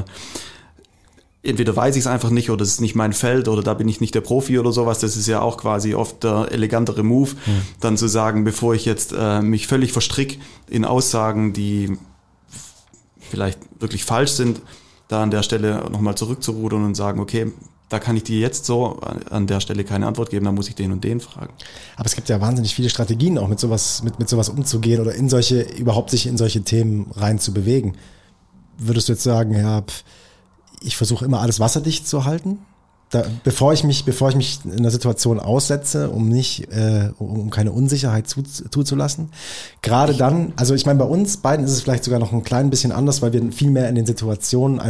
entweder weiß ich es einfach nicht oder es ist nicht mein Feld oder da bin ich nicht der Profi oder sowas. Das ist ja auch quasi oft der elegantere Move, mhm. dann zu sagen, bevor ich jetzt äh, mich völlig verstrick in Aussagen, die vielleicht wirklich falsch sind, da an der Stelle nochmal zurückzurudern und sagen, okay, da kann ich dir jetzt so an der Stelle keine Antwort geben, da muss ich den und den fragen. Aber es gibt ja wahnsinnig viele Strategien, auch mit sowas, mit, mit sowas umzugehen oder in solche, überhaupt sich in solche Themen rein zu bewegen. Würdest du jetzt sagen, ja, pff, ich versuche immer alles wasserdicht zu halten, da, bevor ich mich, bevor ich mich in einer Situation aussetze, um nicht, äh, um keine Unsicherheit zu, zuzulassen. Gerade dann, also ich meine, bei uns beiden ist es vielleicht sogar noch ein klein bisschen anders, weil wir viel mehr in den Situationen einfach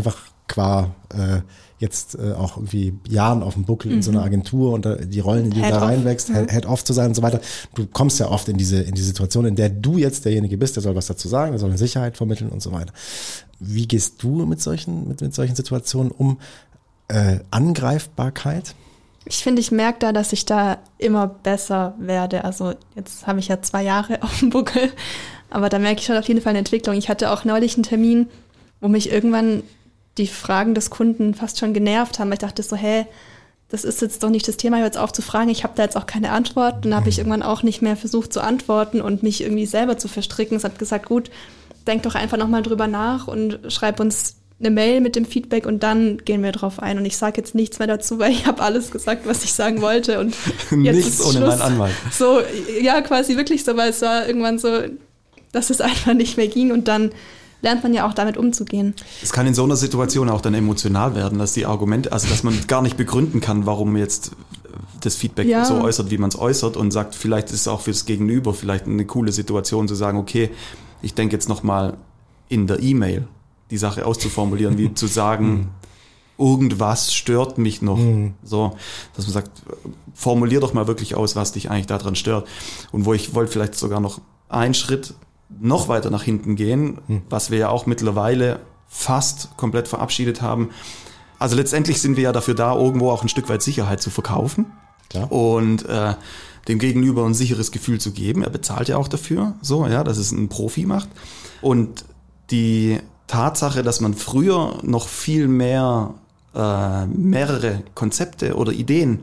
qua äh, jetzt äh, auch irgendwie Jahren auf dem Buckel mhm. in so einer Agentur und da, die Rollen, die du da reinwächst, ja. Head-Off zu sein und so weiter. Du kommst ja oft in diese in die Situation, in der du jetzt derjenige bist, der soll was dazu sagen, der soll eine Sicherheit vermitteln und so weiter. Wie gehst du mit solchen mit, mit solchen Situationen um? Äh, Angreifbarkeit? Ich finde, ich merke da, dass ich da immer besser werde. Also jetzt habe ich ja zwei Jahre auf dem Buckel, aber da merke ich schon auf jeden Fall eine Entwicklung. Ich hatte auch neulich einen Termin, wo mich irgendwann die Fragen des Kunden fast schon genervt haben. Ich dachte so, hey, das ist jetzt doch nicht das Thema, jetzt auf zu fragen. Ich habe da jetzt auch keine Antwort. Dann habe ich irgendwann auch nicht mehr versucht zu antworten und mich irgendwie selber zu verstricken. Es hat gesagt, gut, denk doch einfach nochmal drüber nach und schreib uns eine Mail mit dem Feedback und dann gehen wir drauf ein. Und ich sage jetzt nichts mehr dazu, weil ich habe alles gesagt, was ich sagen wollte. Und jetzt nichts ist ohne Schluss. meinen Anwalt. So, ja, quasi wirklich so, weil es war irgendwann so, dass es einfach nicht mehr ging und dann lernt man ja auch damit umzugehen. Es kann in so einer Situation auch dann emotional werden, dass die Argumente, also dass man gar nicht begründen kann, warum jetzt das Feedback ja. so äußert, wie man es äußert und sagt, vielleicht ist es auch fürs Gegenüber vielleicht eine coole Situation zu sagen, okay, ich denke jetzt nochmal in der E-Mail die Sache auszuformulieren, wie zu sagen, irgendwas stört mich noch. Mhm. So, dass man sagt, formulier doch mal wirklich aus, was dich eigentlich daran stört. Und wo ich wollte vielleicht sogar noch einen Schritt noch weiter nach hinten gehen, mhm. was wir ja auch mittlerweile fast komplett verabschiedet haben. Also letztendlich sind wir ja dafür da, irgendwo auch ein Stück weit Sicherheit zu verkaufen. Klar. Und äh, dem Gegenüber ein sicheres Gefühl zu geben. Er bezahlt ja auch dafür, so, ja, dass es ein Profi macht. Und die Tatsache, dass man früher noch viel mehr äh, mehrere Konzepte oder Ideen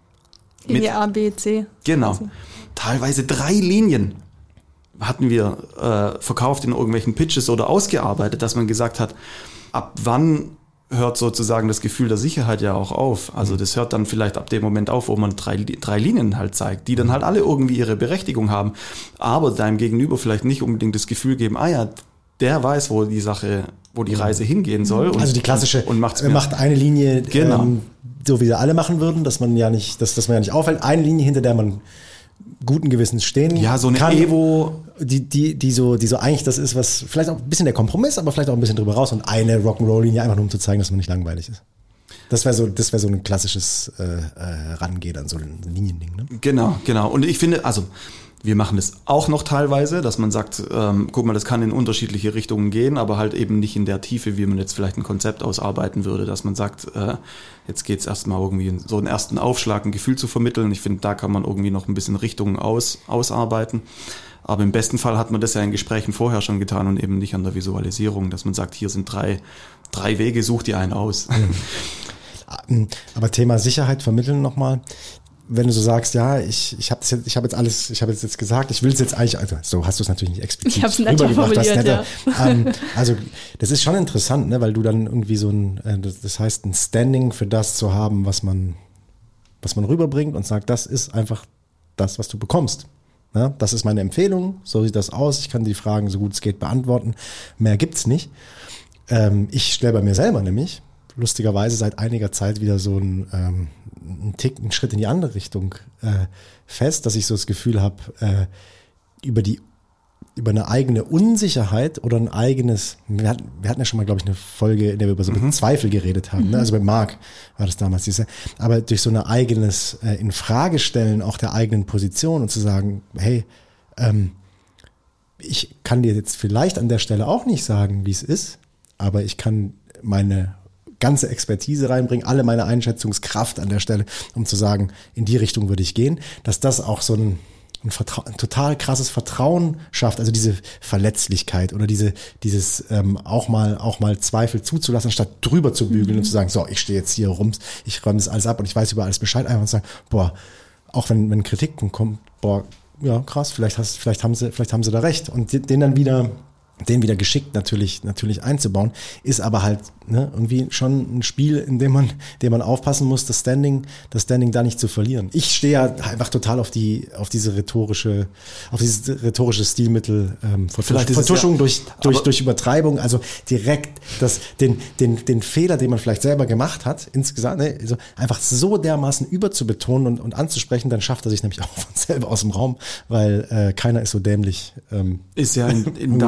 mit A, B, C. Genau. Teilweise drei Linien hatten wir äh, verkauft in irgendwelchen Pitches oder ausgearbeitet, dass man gesagt hat, ab wann hört sozusagen das Gefühl der Sicherheit ja auch auf. Also das hört dann vielleicht ab dem Moment auf, wo man drei, drei Linien halt zeigt, die dann halt alle irgendwie ihre Berechtigung haben, aber deinem Gegenüber vielleicht nicht unbedingt das Gefühl geben, ah ja, der weiß, wo die Sache, wo die Reise hingehen soll. Und, also die klassische, und macht's mehr. macht eine Linie, genau. ähm, so wie sie alle machen würden, dass man ja nicht, dass, dass man ja nicht auffällt. Eine Linie, hinter der man guten Gewissens stehen ja, so eine kann, Evo, die, die, die so, die so eigentlich das ist, was vielleicht auch ein bisschen der Kompromiss, aber vielleicht auch ein bisschen drüber raus und eine Rock'n'Roll-Linie einfach nur um zu zeigen, dass man nicht langweilig ist. Das wäre so, das wäre so ein klassisches äh, äh, Rangehen an so ein Liniending. Ne? Genau, genau. Und ich finde, also wir machen das auch noch teilweise, dass man sagt, ähm, guck mal, das kann in unterschiedliche Richtungen gehen, aber halt eben nicht in der Tiefe, wie man jetzt vielleicht ein Konzept ausarbeiten würde, dass man sagt, äh, jetzt geht's erstmal irgendwie so einen ersten Aufschlag, ein Gefühl zu vermitteln. Ich finde, da kann man irgendwie noch ein bisschen Richtungen aus, ausarbeiten. Aber im besten Fall hat man das ja in Gesprächen vorher schon getan und eben nicht an der Visualisierung, dass man sagt, hier sind drei, drei Wege, such dir einen aus. Aber Thema Sicherheit vermitteln nochmal. Wenn du so sagst, ja, ich, ich habe jetzt, ich habe jetzt alles, ich habe jetzt, jetzt gesagt, ich will es jetzt eigentlich, also so hast du es natürlich nicht explizit ich hab's netter formuliert, netter, ja. ähm, also das ist schon interessant, ne, weil du dann irgendwie so ein, äh, das, das heißt ein Standing für das zu haben, was man, was man rüberbringt und sagt, das ist einfach das, was du bekommst. Ne? Das ist meine Empfehlung, so sieht das aus, ich kann die Fragen so gut es geht beantworten, mehr gibt's nicht. Ähm, ich stelle bei mir selber nämlich lustigerweise seit einiger Zeit wieder so ein, ähm, ein Tick, einen Schritt in die andere Richtung äh, fest, dass ich so das Gefühl habe, äh, über die über eine eigene Unsicherheit oder ein eigenes, wir hatten, wir hatten ja schon mal, glaube ich, eine Folge, in der wir über so mhm. Zweifel geredet haben, mhm. ne? Also bei Marc war das damals diese, aber durch so ein eigenes äh, Infragestellen auch der eigenen Position und zu sagen, hey, ähm, ich kann dir jetzt vielleicht an der Stelle auch nicht sagen, wie es ist, aber ich kann meine ganze Expertise reinbringen, alle meine Einschätzungskraft an der Stelle, um zu sagen, in die Richtung würde ich gehen, dass das auch so ein, ein, Vertra- ein total krasses Vertrauen schafft, also diese Verletzlichkeit oder diese dieses ähm, auch mal auch mal Zweifel zuzulassen, statt drüber zu bügeln mhm. und zu sagen, so, ich stehe jetzt hier rum, ich räume das alles ab und ich weiß über alles Bescheid, einfach zu sagen, boah, auch wenn wenn Kritik kommt, boah, ja, krass, vielleicht hast vielleicht haben sie vielleicht haben sie da recht und den dann wieder den wieder geschickt natürlich natürlich einzubauen, ist aber halt ne, irgendwie schon ein Spiel, in dem man, in dem man aufpassen muss, das Standing, das Standing da nicht zu verlieren. Ich stehe ja einfach total auf die, auf diese rhetorische, auf dieses rhetorische Stilmittel ähm, Vertuschung ja, durch durch durch Übertreibung, also direkt das den den den Fehler, den man vielleicht selber gemacht hat, insgesamt, ne, also einfach so dermaßen überzubetonen und und anzusprechen, dann schafft er sich nämlich auch von selber aus dem Raum, weil äh, keiner ist so dämlich. Ähm, ist ja in, in deinem Fall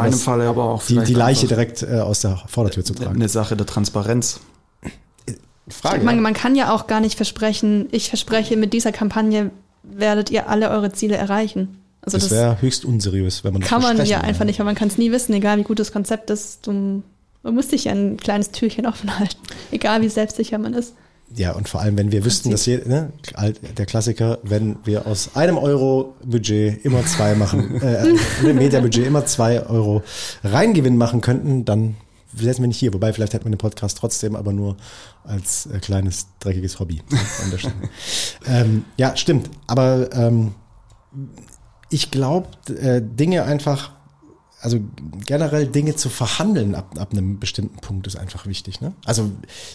dabei aber auch die, die Leiche direkt äh, aus der Vordertür zu tragen. Eine Sache der Transparenz. Frage. Man, man kann ja auch gar nicht versprechen, ich verspreche, mit dieser Kampagne werdet ihr alle eure Ziele erreichen. Also das, das wäre höchst unseriös, wenn man das kann man ja will. einfach nicht, weil man kann es nie wissen, egal wie gut das Konzept ist. Du, man muss sich ja ein kleines Türchen offen halten, egal wie selbstsicher man ist. Ja, und vor allem, wenn wir wüssten, dass hier, ne, der Klassiker, wenn wir aus einem Euro Budget immer zwei machen, äh, Media-Budget immer zwei Euro Reingewinn machen könnten, dann säßen wir nicht hier. Wobei, vielleicht hätten wir den Podcast trotzdem, aber nur als äh, kleines, dreckiges Hobby. An der Stelle. ähm, ja, stimmt. Aber ähm, ich glaube, äh, Dinge einfach, also generell Dinge zu verhandeln ab, ab einem bestimmten Punkt ist einfach wichtig. Ne? Also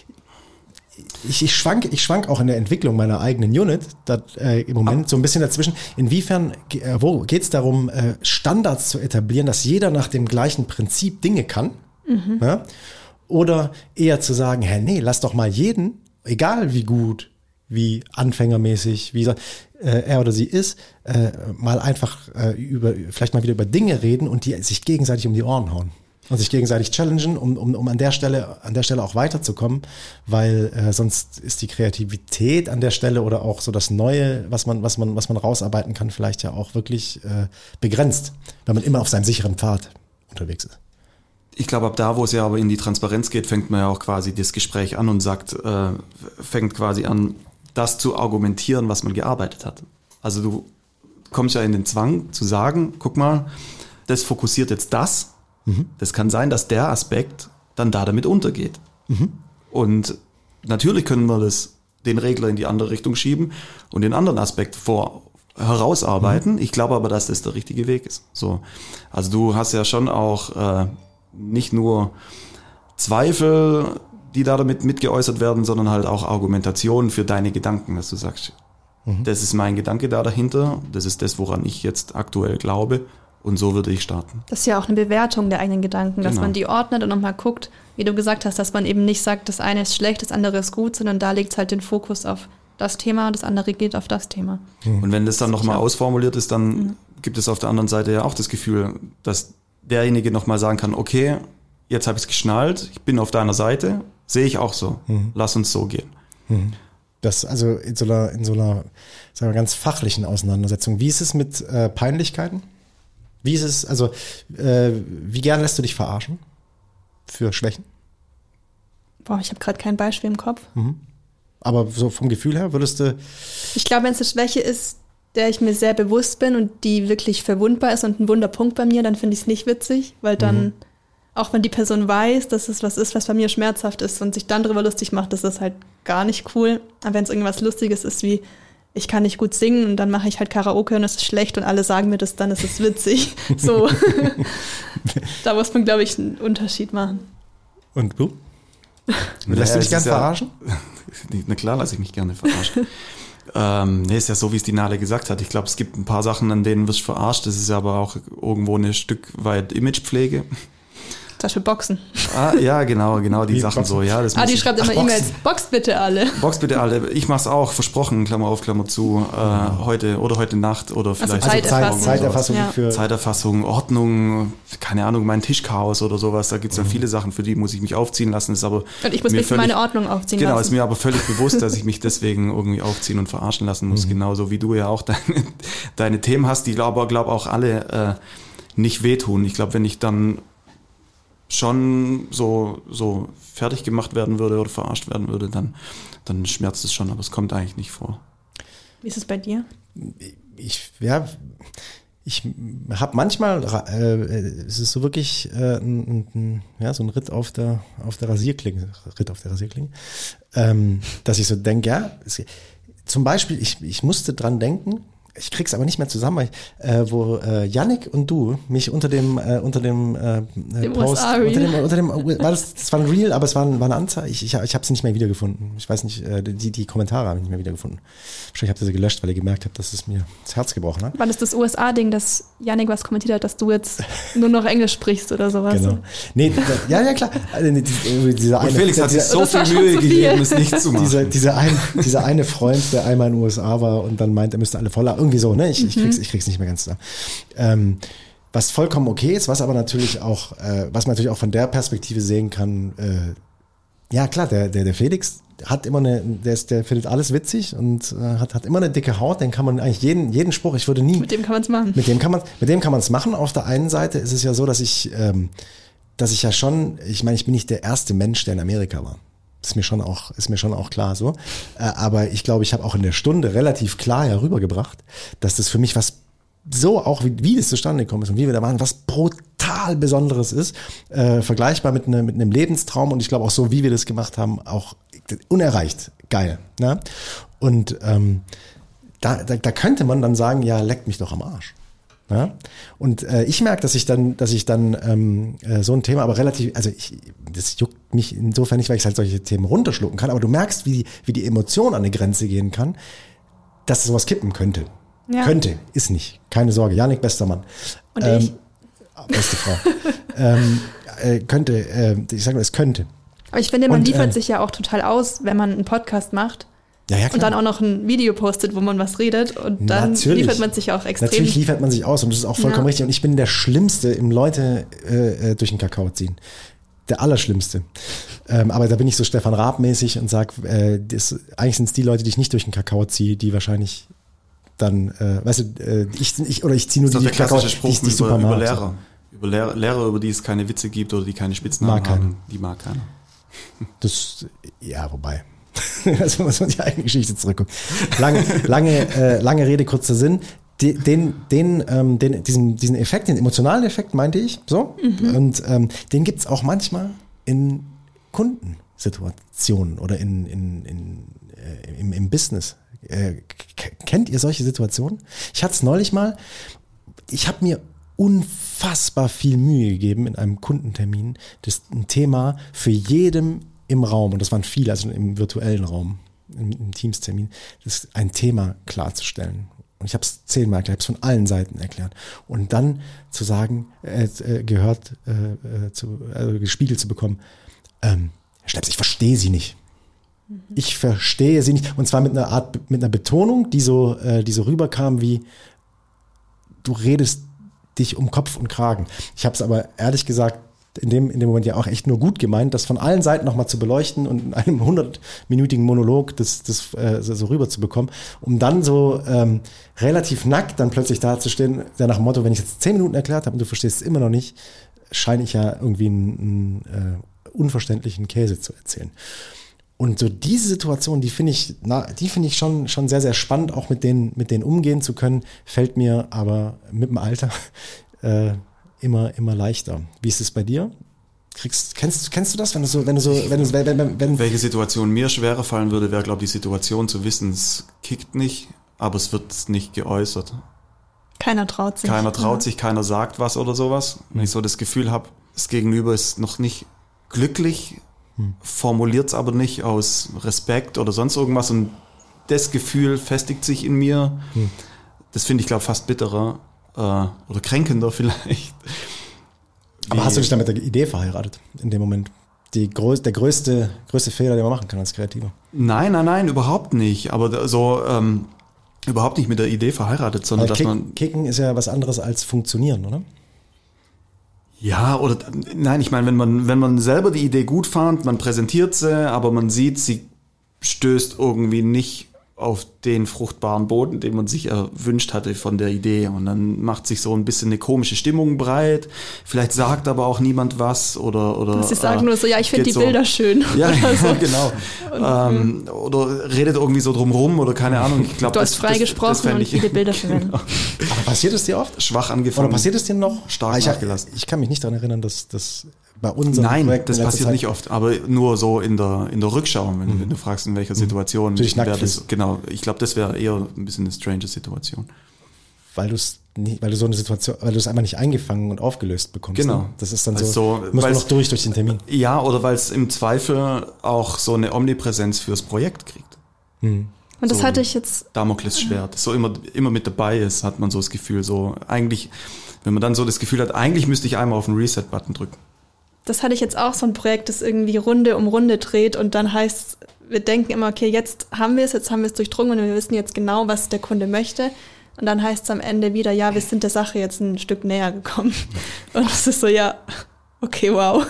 ich, ich schwank, ich schwank auch in der Entwicklung meiner eigenen Unit da, äh, im Moment so ein bisschen dazwischen. Inwiefern, äh, wo geht es darum, äh, Standards zu etablieren, dass jeder nach dem gleichen Prinzip Dinge kann? Mhm. Ja? Oder eher zu sagen, hä, nee, lass doch mal jeden, egal wie gut, wie anfängermäßig, wie äh, er oder sie ist, äh, mal einfach äh, über, vielleicht mal wieder über Dinge reden und die sich gegenseitig um die Ohren hauen. Und sich gegenseitig challengen, um, um, um an der Stelle, an der Stelle auch weiterzukommen, weil äh, sonst ist die Kreativität an der Stelle oder auch so das Neue, was man, was man, was man rausarbeiten kann, vielleicht ja auch wirklich äh, begrenzt, weil man immer auf seinem sicheren Pfad unterwegs ist. Ich glaube, ab da, wo es ja aber in die Transparenz geht, fängt man ja auch quasi das Gespräch an und sagt, äh, fängt quasi an, das zu argumentieren, was man gearbeitet hat. Also du kommst ja in den Zwang zu sagen, guck mal, das fokussiert jetzt das. Mhm. Das kann sein, dass der Aspekt dann da damit untergeht. Mhm. Und natürlich können wir das, den Regler in die andere Richtung schieben und den anderen Aspekt vor herausarbeiten. Mhm. Ich glaube aber, dass das der richtige Weg ist. So, also du hast ja schon auch äh, nicht nur Zweifel, die da damit mitgeäußert werden, sondern halt auch Argumentationen für deine Gedanken, dass du sagst, mhm. das ist mein Gedanke da dahinter, das ist das, woran ich jetzt aktuell glaube. Und so würde ich starten. Das ist ja auch eine Bewertung der eigenen Gedanken, dass genau. man die ordnet und nochmal guckt, wie du gesagt hast, dass man eben nicht sagt, das eine ist schlecht, das andere ist gut, sondern da legt es halt den Fokus auf das Thema und das andere geht auf das Thema. Mhm. Und wenn das dann nochmal ausformuliert ist, dann mhm. gibt es auf der anderen Seite ja auch das Gefühl, dass derjenige nochmal sagen kann, okay, jetzt habe ich es geschnallt, ich bin auf deiner Seite, sehe ich auch so, mhm. lass uns so gehen. Mhm. Das also in so einer, in so einer sagen wir, ganz fachlichen Auseinandersetzung. Wie ist es mit äh, Peinlichkeiten? Wie ist es, also, äh, wie gern lässt du dich verarschen für Schwächen? Boah, ich habe gerade kein Beispiel im Kopf. Mhm. Aber so vom Gefühl her würdest du... Ich glaube, wenn es eine Schwäche ist, der ich mir sehr bewusst bin und die wirklich verwundbar ist und ein Wunderpunkt bei mir, dann finde ich es nicht witzig, weil dann, mhm. auch wenn die Person weiß, dass es was ist, was bei mir schmerzhaft ist und sich dann darüber lustig macht, das ist halt gar nicht cool. Aber wenn es irgendwas Lustiges ist wie... ich kann nicht gut singen und dann mache ich halt Karaoke und es ist schlecht und alle sagen mir das, dann ist es witzig. So. Da muss man, glaube ich, einen Unterschied machen. Und du? Lässt du dich gerne verarschen? Na klar, lasse ich mich gerne verarschen. ähm, nee, ist ja so, wie es die Nale gesagt hat. Ich glaube, es gibt ein paar Sachen, an denen wirst du verarscht. Das ist aber auch irgendwo ein Stück weit Imagepflege. Zum Beispiel Boxen. Ah, ja, genau, genau, die Wie Sachen Boxen? so. Ja, das ah, die schreibt immer E-Mails. Boxt bitte alle. Boxt bitte alle. Ich mach's auch, versprochen, Klammer auf, Klammer zu, äh, heute oder heute Nacht oder vielleicht. Also Zeiterfassung. Also Zeiterfassung, ja. für Zeiterfassung, Ordnung, keine Ahnung, mein Tischchaos oder sowas. Da gibt's dann mhm. viele Sachen, für die muss ich mich aufziehen lassen. Ist aber und ich muss mich für meine Ordnung aufziehen genau, lassen. Genau, ist mir aber völlig bewusst, dass ich mich deswegen irgendwie aufziehen und verarschen lassen muss. Mhm. Genauso wie du ja auch deine, deine Themen hast, die glaube glaub auch alle äh, nicht wehtun. Ich glaube, wenn ich dann schon so, so fertig gemacht werden würde oder verarscht werden würde, dann, dann schmerzt es schon, aber es kommt eigentlich nicht vor. Wie ist es bei dir? Ich, ja, ich habe manchmal, äh, es ist so wirklich äh, ein, ein, ja, so ein Ritt auf der, auf der Rasierklinge, Ritt auf der Rasierklinge, ähm, dass ich so denke, ja, es, zum Beispiel, ich, ich musste dran denken, ich krieg's aber nicht mehr zusammen, weil, äh, wo äh, Yannick und du mich unter dem äh, unter dem, äh, dem Post unter dem, unter dem war das, das war ein Reel, aber es war, ein, war eine Anzeige. Ich ich, ich habe sie nicht mehr wiedergefunden. Ich weiß nicht, äh, die die Kommentare habe ich nicht mehr wiedergefunden. Wahrscheinlich habt ihr sie gelöscht, weil ihr gemerkt habt, dass es mir das Herz gebrochen hat. War das das U S A-Ding, dass Yannick was kommentiert hat, dass du jetzt nur noch Englisch sprichst oder sowas? Genau. Nee, da, ja ja klar. Also, dieser eine, Felix hat sich so viel Mühe so gegeben, es nicht zu machen. Dieser dieser ein, dieser eine Freund, der einmal in den U S A war und dann meint, er müsste alle voller irgendwie so, ne? Ich, ich krieg's ich krieg's nicht mehr ganz da. Ähm, was vollkommen okay ist, was aber natürlich auch, äh, was man natürlich auch von der Perspektive sehen kann, äh, ja klar, der, der, der Felix hat immer eine, der, ist, der findet alles witzig und äh, hat, hat immer eine dicke Haut, den kann man eigentlich jeden, jeden Spruch, ich würde nie. Mit dem kann man es machen. Mit dem kann man, mit dem kann man es machen. Auf der einen Seite ist es ja so, dass ich, ähm, dass ich ja schon, ich meine, ich bin nicht der erste Mensch, der in Amerika war. Ist mir schon auch, ist mir schon auch klar so. Äh, aber ich glaube, ich habe auch in der Stunde relativ klar herübergebracht, dass das für mich was so auch wie, wie das zustande gekommen ist und wie wir da waren, was brutal Besonderes ist, äh, vergleichbar mit, ne, mit einem Lebenstraum und ich glaube auch so, wie wir das gemacht haben, auch unerreicht. Geil. Ne? Und ähm, da, da, da könnte man dann sagen, ja, leckt mich doch am Arsch. Ja? Und äh, ich merke, dass ich dann, dass ich dann ähm, äh, so ein Thema, aber relativ, also ich, das juckt mich insofern nicht, weil ich halt solche Themen runterschlucken kann, aber du merkst, wie die, wie die Emotion an eine Grenze gehen kann, dass sowas kippen könnte. Ja. Könnte, ist nicht. Keine Sorge. Janik, bester Mann. Und ähm, ich? Beste Frau. ähm, äh, könnte, äh, ich sage mal, es könnte. Aber ich finde, man und, liefert äh, sich ja auch total aus, wenn man einen Podcast macht. Ja, ja, klar. Und dann auch noch ein Video postet, wo man was redet. Und dann Natürlich. liefert man sich auch extrem. Natürlich liefert man sich aus und das ist auch vollkommen ja. richtig. Und ich bin der Schlimmste im Leute äh, durch den Kakao ziehen. Der Allerschlimmste. Ähm, aber da bin ich so Stefan Raab-mäßig und sage, äh, das, eigentlich sind es die Leute, die ich nicht durch den Kakao ziehe, die wahrscheinlich dann, äh, weißt du, äh, ich, ich oder ich ziehe nur das die, ist der klassische Kakao, Spruch die, die über, über Lehrer. So. Über Lehrer, Lehrer, über die es keine Witze gibt oder die keine Spitznamen mag haben. keiner. Die mag keiner. Das, ja, wobei. Also muss man die eigene Geschichte zurückgucken. Lange, lange, äh, lange Rede, kurzer Sinn. Den, den, den, ähm, den, diesen, diesen Effekt, den emotionalen Effekt, meinte ich, so. Mhm. Und ähm, den gibt's auch manchmal in Kundensituationen oder in, in, in, äh, im, im Business. Äh, k- kennt ihr solche Situationen? Ich hatte es neulich mal, ich habe mir unfassbar viel Mühe gegeben in einem Kundentermin, das ein Thema für jedem im Raum, und das waren viele, also im virtuellen Raum, im, im Teams-Termin, das ein Thema klarzustellen. Und ich habe es zehnmal erklärt, ich habe es von allen Seiten erklärt. Und dann zu sagen, äh, äh, gehört, äh, äh, zu, also gespiegelt zu bekommen, ähm, Herr Schleps, ich verstehe Sie nicht. Ich verstehe sie nicht. Und zwar mit einer Art, mit einer Betonung, die so, äh, die so rüberkam wie, du redest dich um Kopf und Kragen. Ich habe es aber ehrlich gesagt in dem, in dem Moment ja auch echt nur gut gemeint, das von allen Seiten nochmal zu beleuchten und in einem hundertminütigen Monolog das, das äh, so rüber zu bekommen, um dann so ähm, relativ nackt dann plötzlich dazustehen, der nach dem Motto, wenn ich jetzt zehn Minuten erklärt habe und du verstehst es immer noch nicht, scheine ich ja irgendwie einen, einen äh, unverständlichen Käse zu erzählen. Und so diese Situation, die finde ich, na, die finde ich schon, schon sehr, sehr spannend, auch mit denen, mit denen umgehen zu können, fällt mir aber mit dem Alter äh, immer, immer leichter. Wie ist es bei dir? Kriegst, kennst, kennst du das, wenn du so, wenn du so, wenn du, wenn, wenn, wenn welche Situation mir schwerer fallen würde, wäre, glaube ich, die Situation zu wissen, es kickt nicht, aber es wird nicht geäußert. Keiner traut sich. Keiner traut ja. sich, keiner sagt was oder sowas. Wenn ich so das Gefühl habe, das Gegenüber ist noch nicht glücklich, formuliert es aber nicht aus Respekt oder sonst irgendwas und das Gefühl festigt sich in mir. Hm. Das finde ich, glaube ich, fast bitterer äh, oder kränkender vielleicht. Aber hast du dich dann mit der Idee verheiratet in dem Moment? Die größ- der größte, größte Fehler, den man machen kann als Kreativer. Nein, nein, nein, überhaupt nicht. Aber so ähm, überhaupt nicht mit der Idee verheiratet, sondern Weil dass Kick, man... Kicken ist ja was anderes als funktionieren, oder? Ja, oder nein, ich meine, wenn man, wenn man selber die Idee gut fand, man präsentiert sie, aber man sieht, sie stößt irgendwie nicht auf den fruchtbaren Boden, den man sich erwünscht hatte von der Idee. Und dann macht sich so ein bisschen eine komische Stimmung breit. Vielleicht sagt aber auch niemand was oder oder. Sie sagen äh, nur so, ja, ich finde die so, Bilder schön. Ja, oder so. ja genau. Und, ähm, oder redet irgendwie so drumrum oder keine Ahnung. Ich glaub, du hast das, frei das, gesprochen das und ich, viele Bilder verwenden. Genau. Aber passiert es dir oft? Schwach angefangen. Oder passiert es dir noch? Stark ich, nachgelassen. Ich kann mich nicht daran erinnern, dass das bei unserem Nein, Projekt das in letzter passiert Zeit nicht oft, aber nur so in der in der Rückschau, wenn, Mhm. wenn du fragst, in welcher Situation. Natürlich nackt das, bist. genau, ich glaube, das wäre eher ein bisschen eine strange Situation. Weil du es nicht, weil du so eine Situation, weil du es einfach nicht eingefangen und aufgelöst bekommst. Genau. Ne? Das ist dann Also so, so muss man noch durch durch den Termin. Ja, oder weil es im Zweifel auch so eine Omnipräsenz fürs Projekt kriegt. Mhm. Und das so hatte ich jetzt. Damoklesschwert, so immer immer mit dabei ist, hat man so das Gefühl, so eigentlich, wenn man dann so das Gefühl hat, eigentlich müsste ich einmal auf den Reset-Button drücken. Das hatte ich jetzt auch, so ein Projekt, das irgendwie Runde um Runde dreht und dann heißt, wir denken immer, okay, jetzt haben wir es, jetzt haben wir es durchdrungen und wir wissen jetzt genau, was der Kunde möchte. Und dann heißt es am Ende wieder, ja, wir sind der Sache jetzt ein Stück näher gekommen. Und es ist so, ja, okay, wow.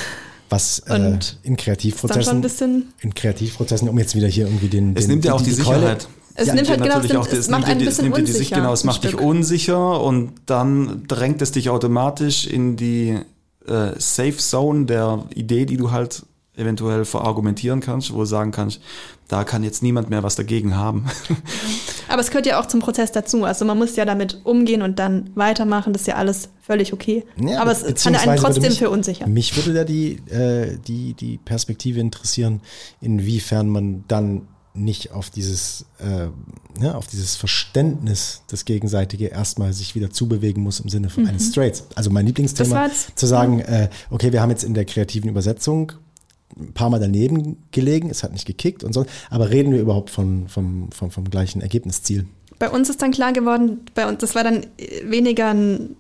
Was äh, in Kreativprozessen, in Kreativprozessen, um jetzt wieder hier irgendwie den, es den nimmt ja auch die, die Sicherheit. Es ja, nimmt halt genau, natürlich auch, es, es macht ein bisschen unsicher. unsicher. Genau, es macht dich unsicher und dann drängt es dich automatisch in die äh, Safe Zone der Idee, die du halt eventuell verargumentieren kannst, wo du sagen kannst, da kann jetzt niemand mehr was dagegen haben. Aber es gehört ja auch zum Prozess dazu. Also man muss ja damit umgehen und dann weitermachen. Das ist ja alles völlig okay. Ja, aber es kann einen trotzdem mich, verunsichern. Mich würde da die, äh, die, die Perspektive interessieren, inwiefern man dann nicht auf dieses, äh, ja, auf dieses Verständnis, das Gegenseitige erstmal sich wieder zubewegen muss im Sinne von mhm. eines Straits. Also mein Lieblingsthema, zu sagen, äh, okay, wir haben jetzt in der kreativen Übersetzung ein paar Mal daneben gelegen, es hat nicht gekickt und so, aber reden wir überhaupt von, vom, vom, vom gleichen Ergebnisziel? Bei uns ist dann klar geworden, bei uns, das war dann weniger ein,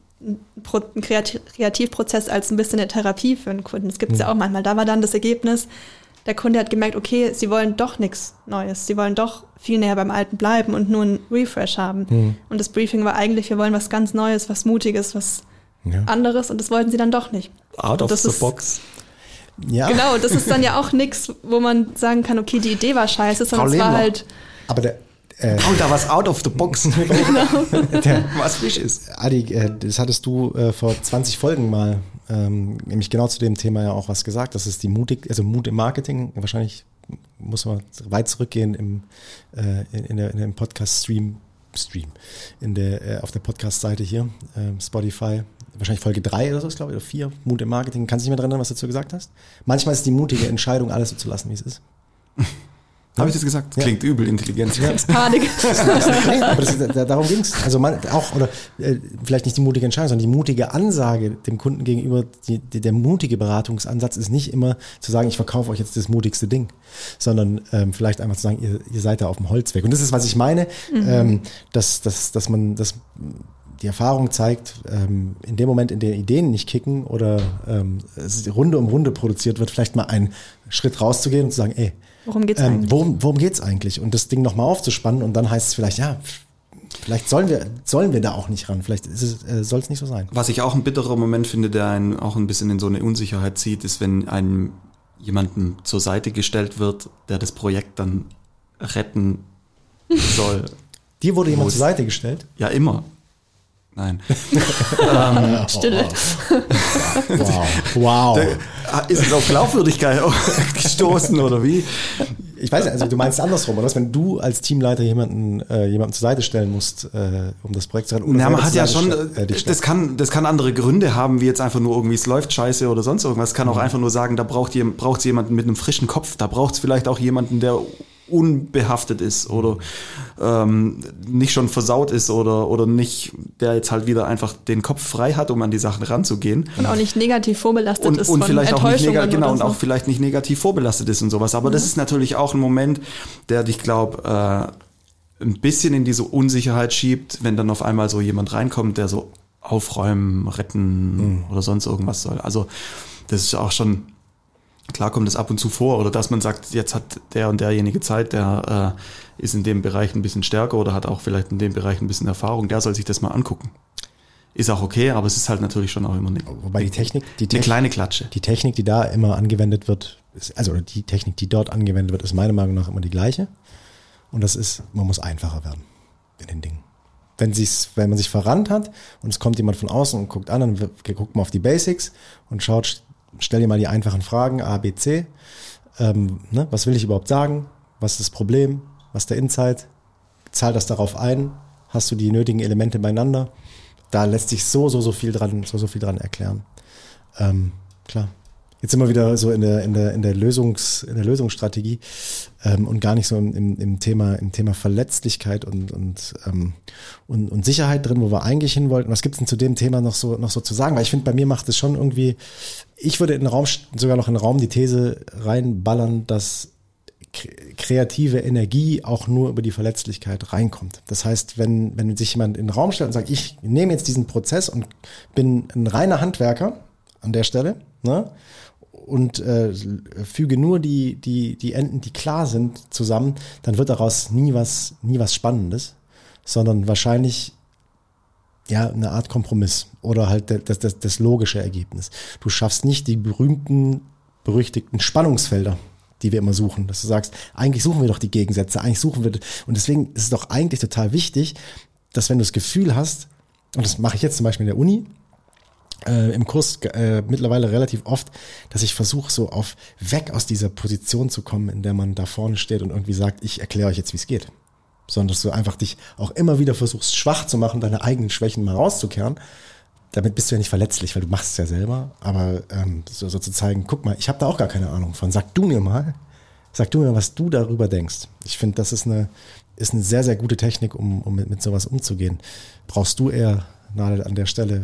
ein Kreativprozess als ein bisschen eine Therapie für einen Kunden. Das gibt es hm. ja auch manchmal. Da war dann das Ergebnis, der Kunde hat gemerkt, okay, sie wollen doch nichts Neues, sie wollen doch viel näher beim Alten bleiben und nur einen Refresh haben. Hm. Und das Briefing war eigentlich, wir wollen was ganz Neues, was Mutiges, was ja. anderes und das wollten sie dann doch nicht. Out of the ist, box. Ja. Genau, das ist dann ja auch nichts, wo man sagen kann, okay, die Idee war scheiße, sondern es war halt... Aber der, äh, oh, da was out of the box. Genau. Der, was frisch ist. Adi, äh, das hattest du äh, vor zwanzig Folgen mal, ähm, nämlich genau zu dem Thema ja auch was gesagt. Das ist die mutig, also Mut im Marketing. Wahrscheinlich muss man weit zurückgehen im, äh, in, in, der, in dem Podcast-Stream, Stream, in der, äh, auf der Podcast-Seite hier, äh, Spotify. Wahrscheinlich Folge drei oder so, glaube ich, oder vier, Mut im Marketing. Kannst du dich mehr dran erinnern, was du dazu gesagt hast? Manchmal ist die mutige Entscheidung, alles so zu lassen, wie es ist. Habe ich das gesagt? Das klingt ja. übel intelligent. Ja. Panik. Aber das, da, darum ging es. Also man, auch, oder äh, vielleicht nicht die mutige Entscheidung, sondern die mutige Ansage dem Kunden gegenüber, die, die, der mutige Beratungsansatz ist nicht immer zu sagen, ich verkaufe euch jetzt das mutigste Ding, sondern ähm, vielleicht einfach zu sagen, ihr, ihr seid da auf dem Holzweg. Und das ist, was ich meine, mhm. ähm, dass, dass, dass man das... Die Erfahrung zeigt, ähm, in dem Moment, in dem Ideen nicht kicken oder ähm, es Runde um Runde produziert wird, vielleicht mal einen Schritt rauszugehen und zu sagen, ey, worum geht's ähm, eigentlich? Worum, worum geht's eigentlich? Und das Ding nochmal aufzuspannen und dann heißt es vielleicht, ja, vielleicht sollen wir, sollen wir da auch nicht ran, vielleicht ist es, äh, soll es nicht so sein. Was ich auch ein bitterer Moment finde, der einen auch ein bisschen in so eine Unsicherheit zieht, ist, wenn einem jemanden zur Seite gestellt wird, der das Projekt dann retten soll. Dir wurde jemand zur Seite gestellt? Ja, immer. Nein. ähm, Stille. Wow. Wow. Da, ist es auf Glaubwürdigkeit gestoßen oder wie? Ich weiß nicht, also du meinst andersrum, oder? Wenn du als Teamleiter jemanden, äh, jemanden zur Seite stellen musst, äh, um das Projekt zu retten. Ja, man hat ja schon, äh, das kann, das kann andere Gründe haben, wie jetzt einfach nur irgendwie, es läuft scheiße oder sonst irgendwas. Es kann auch mhm. einfach nur sagen, da braucht ihr, braucht jemanden mit einem frischen Kopf. Da braucht es vielleicht auch jemanden, der unbehaftet ist oder ähm, nicht schon versaut ist oder oder nicht, der jetzt halt wieder einfach den Kopf frei hat, um an die Sachen ranzugehen. Und auch nicht negativ vorbelastet und, ist und von vielleicht auch nicht neg- genau so. und auch vielleicht nicht negativ vorbelastet ist und sowas. Aber mhm. das ist natürlich auch ein Moment, der dich, glaub, äh, ein bisschen in diese Unsicherheit schiebt, wenn dann auf einmal so jemand reinkommt, der so aufräumen, retten mhm. oder sonst irgendwas soll. Also das ist auch schon... Klar kommt es ab und zu vor, oder dass man sagt, jetzt hat der und derjenige Zeit, der äh, ist in dem Bereich ein bisschen stärker oder hat auch vielleicht in dem Bereich ein bisschen Erfahrung, der soll sich das mal angucken. Ist auch okay, aber es ist halt natürlich schon auch immer eine, Wobei die Technik, die eine Technik, kleine Klatsche. Die Technik, die da immer angewendet wird, ist, also die Technik, die dort angewendet wird, ist meiner Meinung nach immer die gleiche. Und das ist, man muss einfacher werden in den Dingen. Wenn, wenn man sich verrannt hat und es kommt jemand von außen und guckt an, dann guckt man auf die Basics und schaut, stell dir mal die einfachen Fragen, A, B, C. Ähm, ne? Was will ich überhaupt sagen? Was ist das Problem? Was ist der Insight? Zahl das darauf ein. Hast du die nötigen Elemente beieinander? Da lässt sich so, so, so viel dran, so, so viel dran erklären. Ähm, klar. Jetzt sind wir wieder so in der, in der, in der Lösungs, in der Lösungsstrategie, ähm, und gar nicht so im, im, im Thema, im Thema Verletzlichkeit und, und, ähm, und, und Sicherheit drin, wo wir eigentlich hin wollten. Was gibt's denn zu dem Thema noch so, noch so zu sagen? Weil ich finde, bei mir macht es schon irgendwie, ich würde in den Raum, sogar noch in den Raum die These reinballern, dass kreative Energie auch nur über die Verletzlichkeit reinkommt. Das heißt, wenn, wenn sich jemand in den Raum stellt und sagt, ich nehme jetzt diesen Prozess und bin ein reiner Handwerker an der Stelle, ne? Und äh, füge nur die, die, die Enden, die klar sind, zusammen, dann wird daraus nie was, nie was Spannendes, sondern wahrscheinlich ja eine Art Kompromiss oder halt das, das, das logische Ergebnis. Du schaffst nicht die berühmten, berüchtigten Spannungsfelder, die wir immer suchen, dass du sagst, eigentlich suchen wir doch die Gegensätze, eigentlich suchen wir, und deswegen ist es doch eigentlich total wichtig, dass wenn du das Gefühl hast, und das mache ich jetzt zum Beispiel in der Uni, äh, im Kurs äh, mittlerweile relativ oft, dass ich versuche, so auf weg aus dieser Position zu kommen, in der man da vorne steht und irgendwie sagt, ich erkläre euch jetzt, wie es geht. Sondern dass du einfach dich auch immer wieder versuchst, schwach zu machen, deine eigenen Schwächen mal rauszukehren. Damit bist du ja nicht verletzlich, weil du machst es ja selber. Aber ähm, so, so zu zeigen, guck mal, ich habe da auch gar keine Ahnung von. Sag du mir mal, sag du mir, was du darüber denkst. Ich finde, das ist eine, ist eine sehr, sehr gute Technik, um, um mit, mit sowas umzugehen. Brauchst du eher Nadel an der Stelle,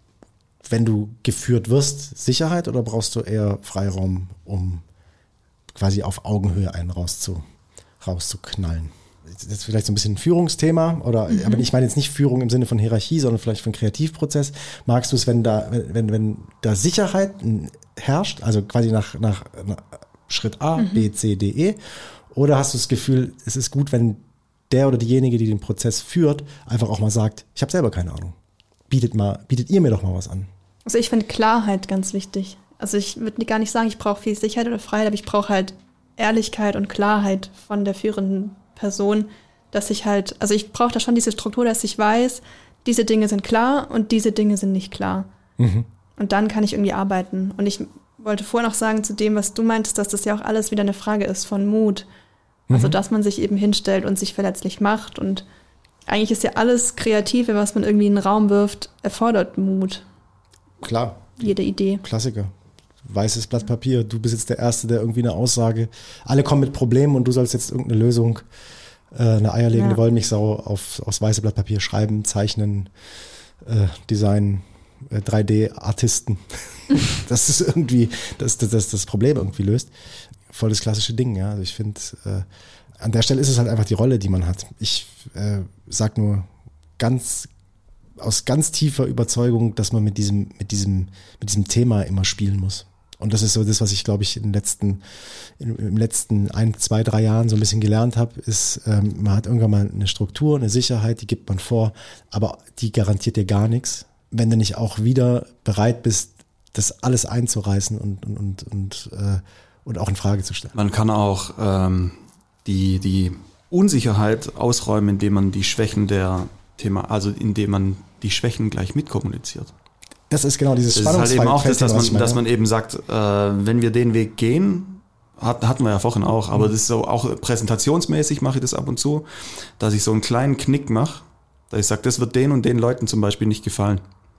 wenn du geführt wirst, Sicherheit, oder brauchst du eher Freiraum, um quasi auf Augenhöhe einen rauszu, rauszuknallen? Das ist vielleicht so ein bisschen ein Führungsthema, oder, mhm. aber ich meine jetzt nicht Führung im Sinne von Hierarchie, sondern vielleicht von Kreativprozess. Magst du es, wenn da, wenn, wenn da Sicherheit herrscht, also quasi nach, nach, nach Schritt A, mhm. B, C, D, E, oder hast du das Gefühl, es ist gut, wenn der oder diejenige, die den Prozess führt, einfach auch mal sagt, ich habe selber keine Ahnung. Bietet mal, bietet ihr mir doch mal was an. Also ich finde Klarheit ganz wichtig. Also ich würde gar nicht sagen, ich brauche viel Sicherheit oder Freiheit, aber ich brauche halt Ehrlichkeit und Klarheit von der führenden Person, dass ich halt, also ich brauche da schon diese Struktur, dass ich weiß, diese Dinge sind klar und diese Dinge sind nicht klar. Mhm. Und dann kann ich irgendwie arbeiten. Und ich wollte vorher noch sagen zu dem, was du meintest, dass das ja auch alles wieder eine Frage ist von Mut. Also, dass man sich eben hinstellt und sich verletzlich macht. Und eigentlich ist ja alles Kreative, was man irgendwie in den Raum wirft, erfordert Mut. Klar. Jede Idee. Klassiker. Weißes Blatt Papier. Du bist jetzt der Erste, der irgendwie eine Aussage, alle kommen mit Problemen und du sollst jetzt irgendeine Lösung, äh, eine eierlegende ja. Wollmilchsau auf, aufs weiße Blatt Papier schreiben, zeichnen, äh, designen, äh, drei D-Artisten. Das ist irgendwie, dass das, das, das Problem irgendwie löst. Voll das klassische Ding, ja. Also ich finde, äh, an der Stelle ist es halt einfach die Rolle, die man hat. Ich äh, sag nur ganz, aus ganz tiefer Überzeugung, dass man mit diesem, mit diesem, mit diesem Thema immer spielen muss. Und das ist so das, was ich, glaube ich, in den letzten, in, im letzten ein, zwei, drei Jahren so ein bisschen gelernt habe, ist, ähm, man hat irgendwann mal eine Struktur, eine Sicherheit, die gibt man vor, aber die garantiert dir gar nichts, wenn du nicht auch wieder bereit bist, das alles einzureißen und, und, und, und, äh, und auch in Frage zu stellen. Man kann auch ähm, die, die Unsicherheit ausräumen, indem man die Schwächen der Thema, also indem man die Schwächen gleich mitkommuniziert. Das ist genau dieses Spannungsfeld. Das ist halt eben auch das, dass man, dass man eben sagt, äh, wenn wir den Weg gehen, hat, hatten wir ja vorhin auch, aber mhm. das ist so auch präsentationsmäßig mache ich das ab und zu, dass ich so einen kleinen Knick mache, dass ich sage, das wird den und den Leuten zum Beispiel nicht gefallen.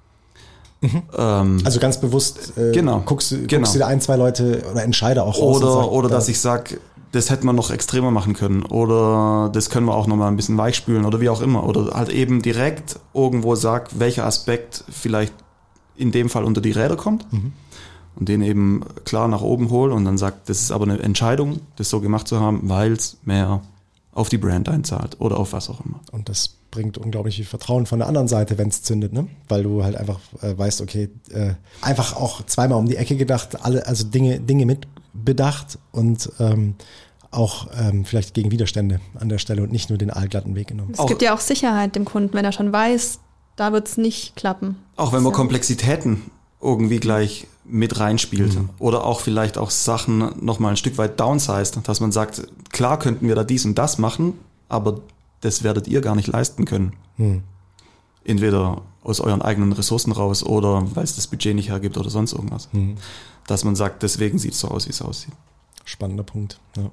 Mhm. Ähm, also ganz bewusst äh, genau, guckst, guckst genau. du dir ein, zwei Leute oder Entscheider auch raus. Oder, sagt, oder da, dass ich sage, das hätte man noch extremer machen können oder das können wir auch noch mal ein bisschen weichspülen oder wie auch immer. Oder halt eben direkt irgendwo sagt, welcher Aspekt vielleicht in dem Fall unter die Räder kommt mhm. und den eben klar nach oben hole und dann sagt, das ist aber eine Entscheidung, das so gemacht zu haben, weil es mehr auf die Brand einzahlt oder auf was auch immer. Und das bringt unglaublich viel Vertrauen von der anderen Seite, wenn es zündet, ne? Weil du halt einfach äh, weißt, okay, äh, einfach auch zweimal um die Ecke gedacht, alle, also Dinge, Dinge mit bedacht und ähm, auch ähm, vielleicht gegen Widerstände an der Stelle und nicht nur den allglatten Weg genommen. Es gibt ja auch Sicherheit dem Kunden, wenn er schon weiß, da wird es nicht klappen. Auch wenn man so. Komplexitäten irgendwie gleich mit reinspielt mhm. oder auch vielleicht auch Sachen nochmal ein Stück weit downsized, dass man sagt, klar könnten wir da dies und das machen, aber das werdet ihr gar nicht leisten können. Mhm. Entweder aus euren eigenen Ressourcen raus oder weil es das Budget nicht hergibt oder sonst irgendwas. Mhm. Dass man sagt, deswegen sieht es so aus, wie es aussieht. Spannender Punkt. Ja.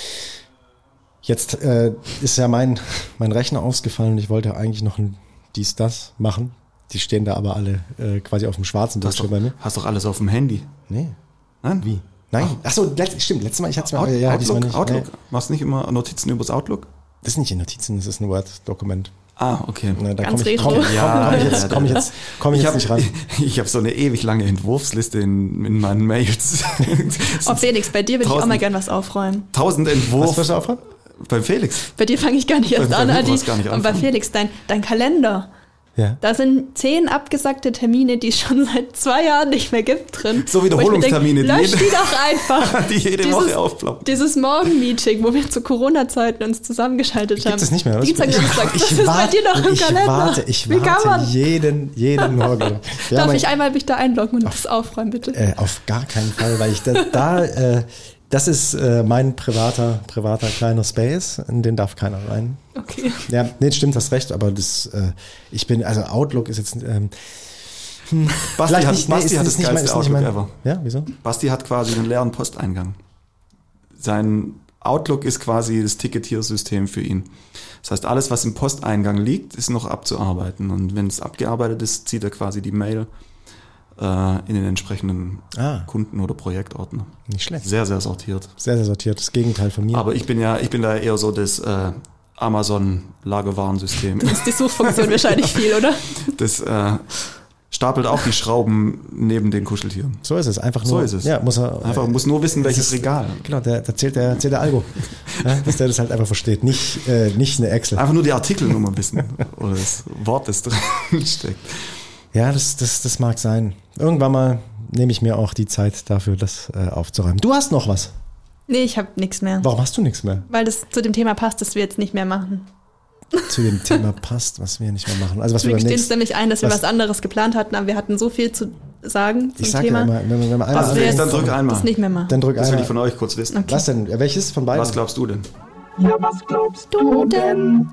Jetzt äh, ist ja mein, mein Rechner ausgefallen und ich wollte eigentlich noch ein dies, das machen. Die stehen da aber alle äh, quasi auf dem schwarzen Bildschirm bei mir. Hast doch alles auf dem Handy? Nee. Nein? Wie? Nein. Ach. Achso, letzt, stimmt. Letztes Mal, ich hatte es mal. Out, ja, Outlook, nicht. Outlook. Nee. Machst du nicht immer Notizen übers Outlook? Das ist nicht in Notizen, das ist ein Word-Dokument. Ah, okay. Na, da Ganz komme ich, retro. komm, ja, komm ich jetzt, komm ich jetzt, komm ich ich jetzt hab, nicht ran. Ich, ich habe so eine ewig lange Entwurfsliste in, in meinen Mails. Oh Felix, bei dir würde ich auch mal gern was aufräumen. Tausend Entwurf. Was willst du aufräumen? Beim Felix. Bei dir fange ich gar nicht erst bei an, Adi. Gar nicht Und bei Felix, dein, dein Kalender. Ja. Da sind zehn abgesagte Termine, die es schon seit zwei Jahren nicht mehr gibt drin. So Wiederholungstermine, die lösch die doch einfach. die jede dieses, Woche aufploppen. Dieses Morgen-Meeting, wo wir zu Corona-Zeiten uns zusammengeschaltet Gibt haben. es das nicht mehr? Was? Dienstag, Dienstag, das ich ist warte, bei dir noch im ich Kalender. Warte, ich Wie kann warte man? jeden, jeden Morgen. Ja, Darf mein, ich einmal mich da einloggen und das aufräumen, bitte? Äh, auf gar keinen Fall, weil ich da, da äh, das ist äh, mein privater, privater kleiner Space, in den darf keiner rein. Okay. Ja, nee, stimmt, hast recht, aber das, äh, ich bin, also Outlook ist jetzt, ähm, hm, Basti hat, nicht, Basti nee, hat ist das nicht geilste mein, ist nicht Outlook mein, ever. Ja, wieso? Basti hat quasi einen leeren Posteingang. Sein Outlook ist quasi das Ticketiersystem für ihn. Das heißt, alles, was im Posteingang liegt, ist noch abzuarbeiten. Und wenn es abgearbeitet ist, zieht er quasi die Mail äh, in den entsprechenden Ah. Kunden- oder Projektordner. Nicht schlecht. Sehr, sehr sortiert. Sehr, sehr sortiert, das Gegenteil von mir. Aber ich bin ja, ich bin da eher so das äh, Amazon-Lagerwarensystem. Das ist die Suchfunktion wahrscheinlich viel, oder? Das äh, stapelt auch die Schrauben neben den Kuscheltieren. So ist es, einfach So nur. ist es. Ja, muss er, Einfach muss nur wissen, welches ist- Regal. Genau, der, da zählt der, zählt der Algo. Ja, dass der das halt einfach versteht. Nicht, äh, nicht eine Excel. Einfach nur die Artikelnummer wissen. Oder das Wort, das drin steckt. Ja, das, das, das mag sein. Irgendwann mal nehme ich mir auch die Zeit dafür, das äh, aufzuräumen. Du hast noch was. Nee, ich habe nichts mehr. Warum hast du nichts mehr? Weil das zu dem Thema passt, das wir jetzt nicht mehr machen. Zu dem Thema passt, was wir nicht mehr machen. Also was wir Wir beim gestehen es nächsten. nämlich ein, dass wir was- was anderes geplant hatten, aber wir hatten so viel zu sagen zum Ich sag Thema, ja immer, wenn, wir- wenn wir einmal. Also wir jetzt jetzt dann drück einmal. das nicht mehr machen. Dann drück Das will ich einmal. von euch kurz wissen. Okay. Was denn? Ja, welches von beiden? Was glaubst du denn? Du denn?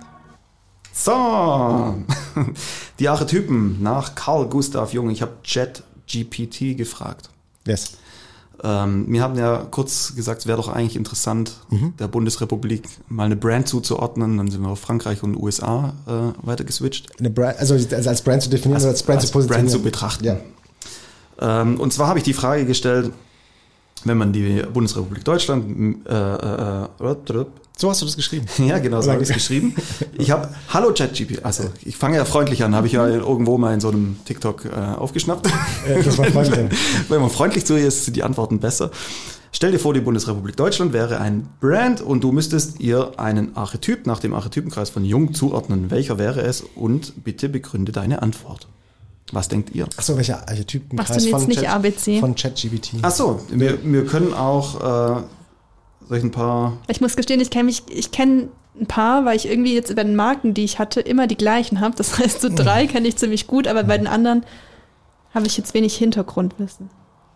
So, die Archetypen nach Carl Gustav Jung. Ich habe ChatGPT gefragt. Yes. Ähm, wir haben ja kurz gesagt, es wäre doch eigentlich interessant, Mhm. der Bundesrepublik mal eine Brand zuzuordnen. Dann sind wir auf Frankreich und U S A äh, weiter geswitcht. Eine Brand, also als Brand zu definieren Als- oder als Brand als zu positionieren? Brand zu betrachten. Ja. Ähm, und zwar habe ich die Frage gestellt, wenn man die Bundesrepublik Deutschland, äh, äh, äh, So hast du das geschrieben. ja genau, so habe ich es geschrieben. Ich habe, hallo ChatGPT, also ich fange ja freundlich an, habe ich ja irgendwo mal in so einem TikTok äh, aufgeschnappt. Äh, das war freundlich. Wenn man freundlich zu ihr ist, sind die Antworten besser. Stell dir vor, die Bundesrepublik Deutschland wäre ein Brand und du müsstest ihr einen Archetyp nach dem Archetypenkreis von Jung zuordnen. Welcher wäre es? Und bitte begründe deine Antwort. Was denkt ihr? Achso, welcher Archetypen? Machst du jetzt nicht A B C? Von ChatGPT. Ach so, wir, wir können auch äh, solch ein paar. Ich muss gestehen, ich kenne mich, ich kenne ein paar, weil ich irgendwie jetzt bei den Marken, die ich hatte, immer die gleichen habe. Das heißt, so drei kenne ich ziemlich gut, aber bei den anderen habe ich jetzt wenig Hintergrundwissen.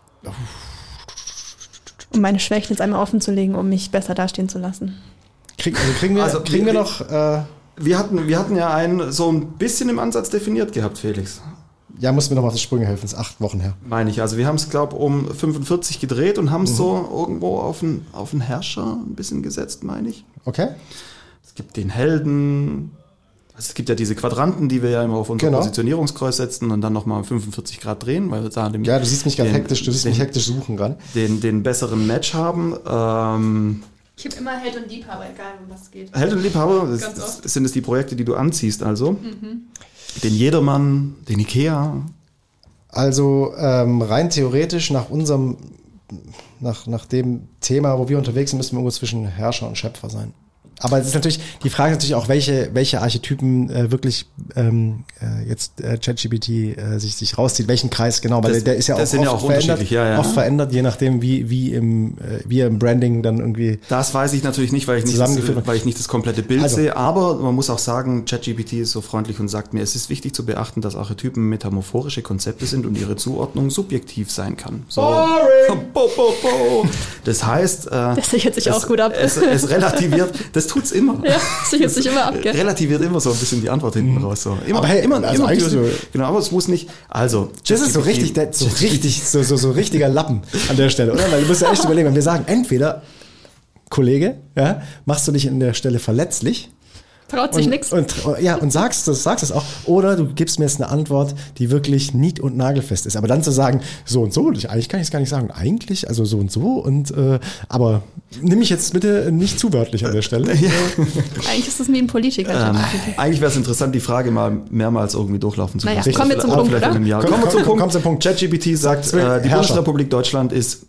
Um meine Schwächen jetzt einmal offen zu legen, um mich besser dastehen zu lassen. Krieg, also kriegen wir, Also, kriegen wir wir- noch, äh, Wir hatten, wir hatten ja einen so ein bisschen im Ansatz definiert gehabt, Felix. ja, musst mir noch mal auf die Sprünge helfen, das ist acht Wochen her. Meine ich. Also wir haben es, glaube ich, um fünfundvierzig gedreht und haben es so irgendwo auf einen, auf einen Herrscher ein bisschen gesetzt, meine ich. Okay? Es gibt den Helden. Also es gibt ja diese Quadranten, die wir ja immer auf unser Genau. Positionierungskreuz setzen und dann nochmal fünfundvierzig Grad drehen, weil wir da dem, Ja, du siehst mich gerade den- hektisch, du siehst den, mich hektisch suchen gerade. Den, den besseren Match haben. Ähm, Ich habe immer Held und Liebhaber, egal um was es geht. Held und Liebhaber, das, Ganz das oft. sind es die Projekte, die du anziehst, also. Den Jedermann, den Ikea. Also ähm, rein theoretisch nach unserem, nach, nach dem Thema, wo wir unterwegs sind, müssen wir irgendwo zwischen Herrscher und Schöpfer sein. Aber es ist natürlich, die Frage ist natürlich auch, welche, welche Archetypen äh, wirklich ähm, äh, jetzt äh, ChatGPT äh, sich, sich rauszieht, welchen Kreis genau, weil Das- der, der ist ja das auch sind ja oft auch verändert, unterschiedlich, ja, ja. oft verändert, je nachdem, wie, wie, im, äh, wie er im Branding dann irgendwie. Das weiß ich natürlich nicht, weil ich nicht, Zusammengeführt. das, weil ich nicht das komplette Bild Also. sehe. Aber man muss auch sagen, ChatGPT ist so freundlich und sagt mir, es ist wichtig zu beachten, dass Archetypen metamorphorische Konzepte sind und ihre Zuordnung subjektiv sein kann. So. Bo, bo, bo. Das heißt, äh, Das sichert sich es, auch gut ab. Es, es relativiert, das tut's immer. Ja, sichert sich immer ab, gell? Relativiert immer so ein bisschen die Antwort hinten raus. So. Immer, Aber hey, immer, also immer eigentlich diese- so- genau, aber es muss nicht. Also, Das ist so ChatGPT richtig, der, so richtig, so, so, so richtiger Lappen an der Stelle, oder? Weil du musst ja echt überlegen, wenn wir sagen, entweder, Kollege, ja, machst du dich an der Stelle verletzlich. Traut sich und, nichts. Und, ja, und sagst das, sagst es auch. Oder du gibst mir jetzt eine Antwort, die wirklich nied- und nagelfest ist. Aber dann zu sagen, so und so, ich, eigentlich kann ich es gar nicht sagen. Eigentlich, also so und so. Und äh, aber nimm mich jetzt bitte nicht zu wörtlich an der Stelle. Eigentlich ist das wie ein Politiker. Ähm, eigentlich wäre es interessant, die Frage mal mehrmals irgendwie durchlaufen zu Naja, lassen. kommen wir zum Aber Punkt, vielleicht oder? in einem Jahr. Komm, Kommen wir komm, zum Punkt. komm zum Punkt. ChatGPT sagt, Sagt, äh, die Herrscher. Bundesrepublik Deutschland ist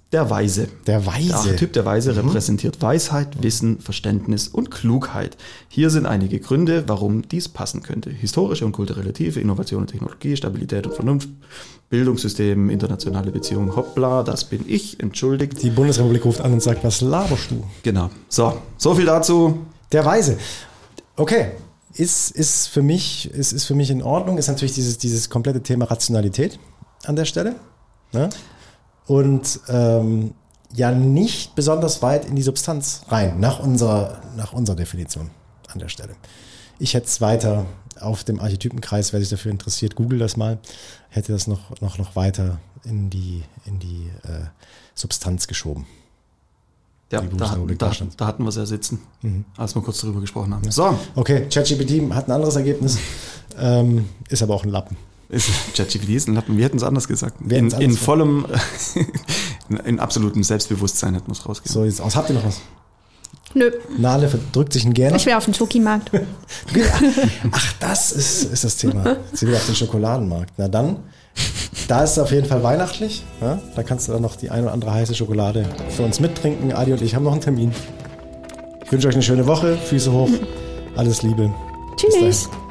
Der Weise. Der Weise. Der Archetyp der Weise mhm. repräsentiert Weisheit, Wissen, Verständnis und Klugheit. Hier sind einige Gründe, warum dies passen könnte. Historische und kulturelle Tiefe, Innovation und Technologie, Stabilität und Vernunft, Bildungssystem, internationale Beziehungen, hoppla, das bin ich, entschuldigt. Die Bundesrepublik ruft an und sagt, was laberst du? Genau. So, so viel dazu. Der Weise. Okay. Ist, ist, für mich, ist, ist für mich in Ordnung, ist natürlich dieses, dieses komplette Thema Rationalität an der Stelle. Ne? Und ähm, ja nicht besonders weit in die Substanz rein, nach unserer, nach unserer Definition an der Stelle. Ich hätte es weiter auf dem Archetypenkreis, wer sich dafür interessiert, google das mal, hätte das noch, noch, noch weiter in die, in die äh, Substanz geschoben. Ja, da, da, da hatten wir es ja sitzen, mhm. als wir kurz darüber gesprochen haben. So. Okay, ChatGPT hat ein anderes Ergebnis, ähm, ist aber auch ein Lappen. ChatGPT ist ein Lappen, wir hätten es anders gesagt. In, anders in vollem, in absolutem Selbstbewusstsein hätten wir es rausgegeben. So, jetzt aus. Habt ihr noch was? Nö. Nale verdrückt sich ein gerne. Ich wäre auf dem Schokimarkt. Ach, das ist, ist das Thema. Sie will auf den Schokoladenmarkt. Na dann, da ist es auf jeden Fall weihnachtlich. Ja? Da kannst du dann noch die ein oder andere heiße Schokolade für uns mittrinken. Adi und ich haben noch einen Termin. Ich wünsche euch eine schöne Woche. Füße hoch. Alles Liebe. Tschüss.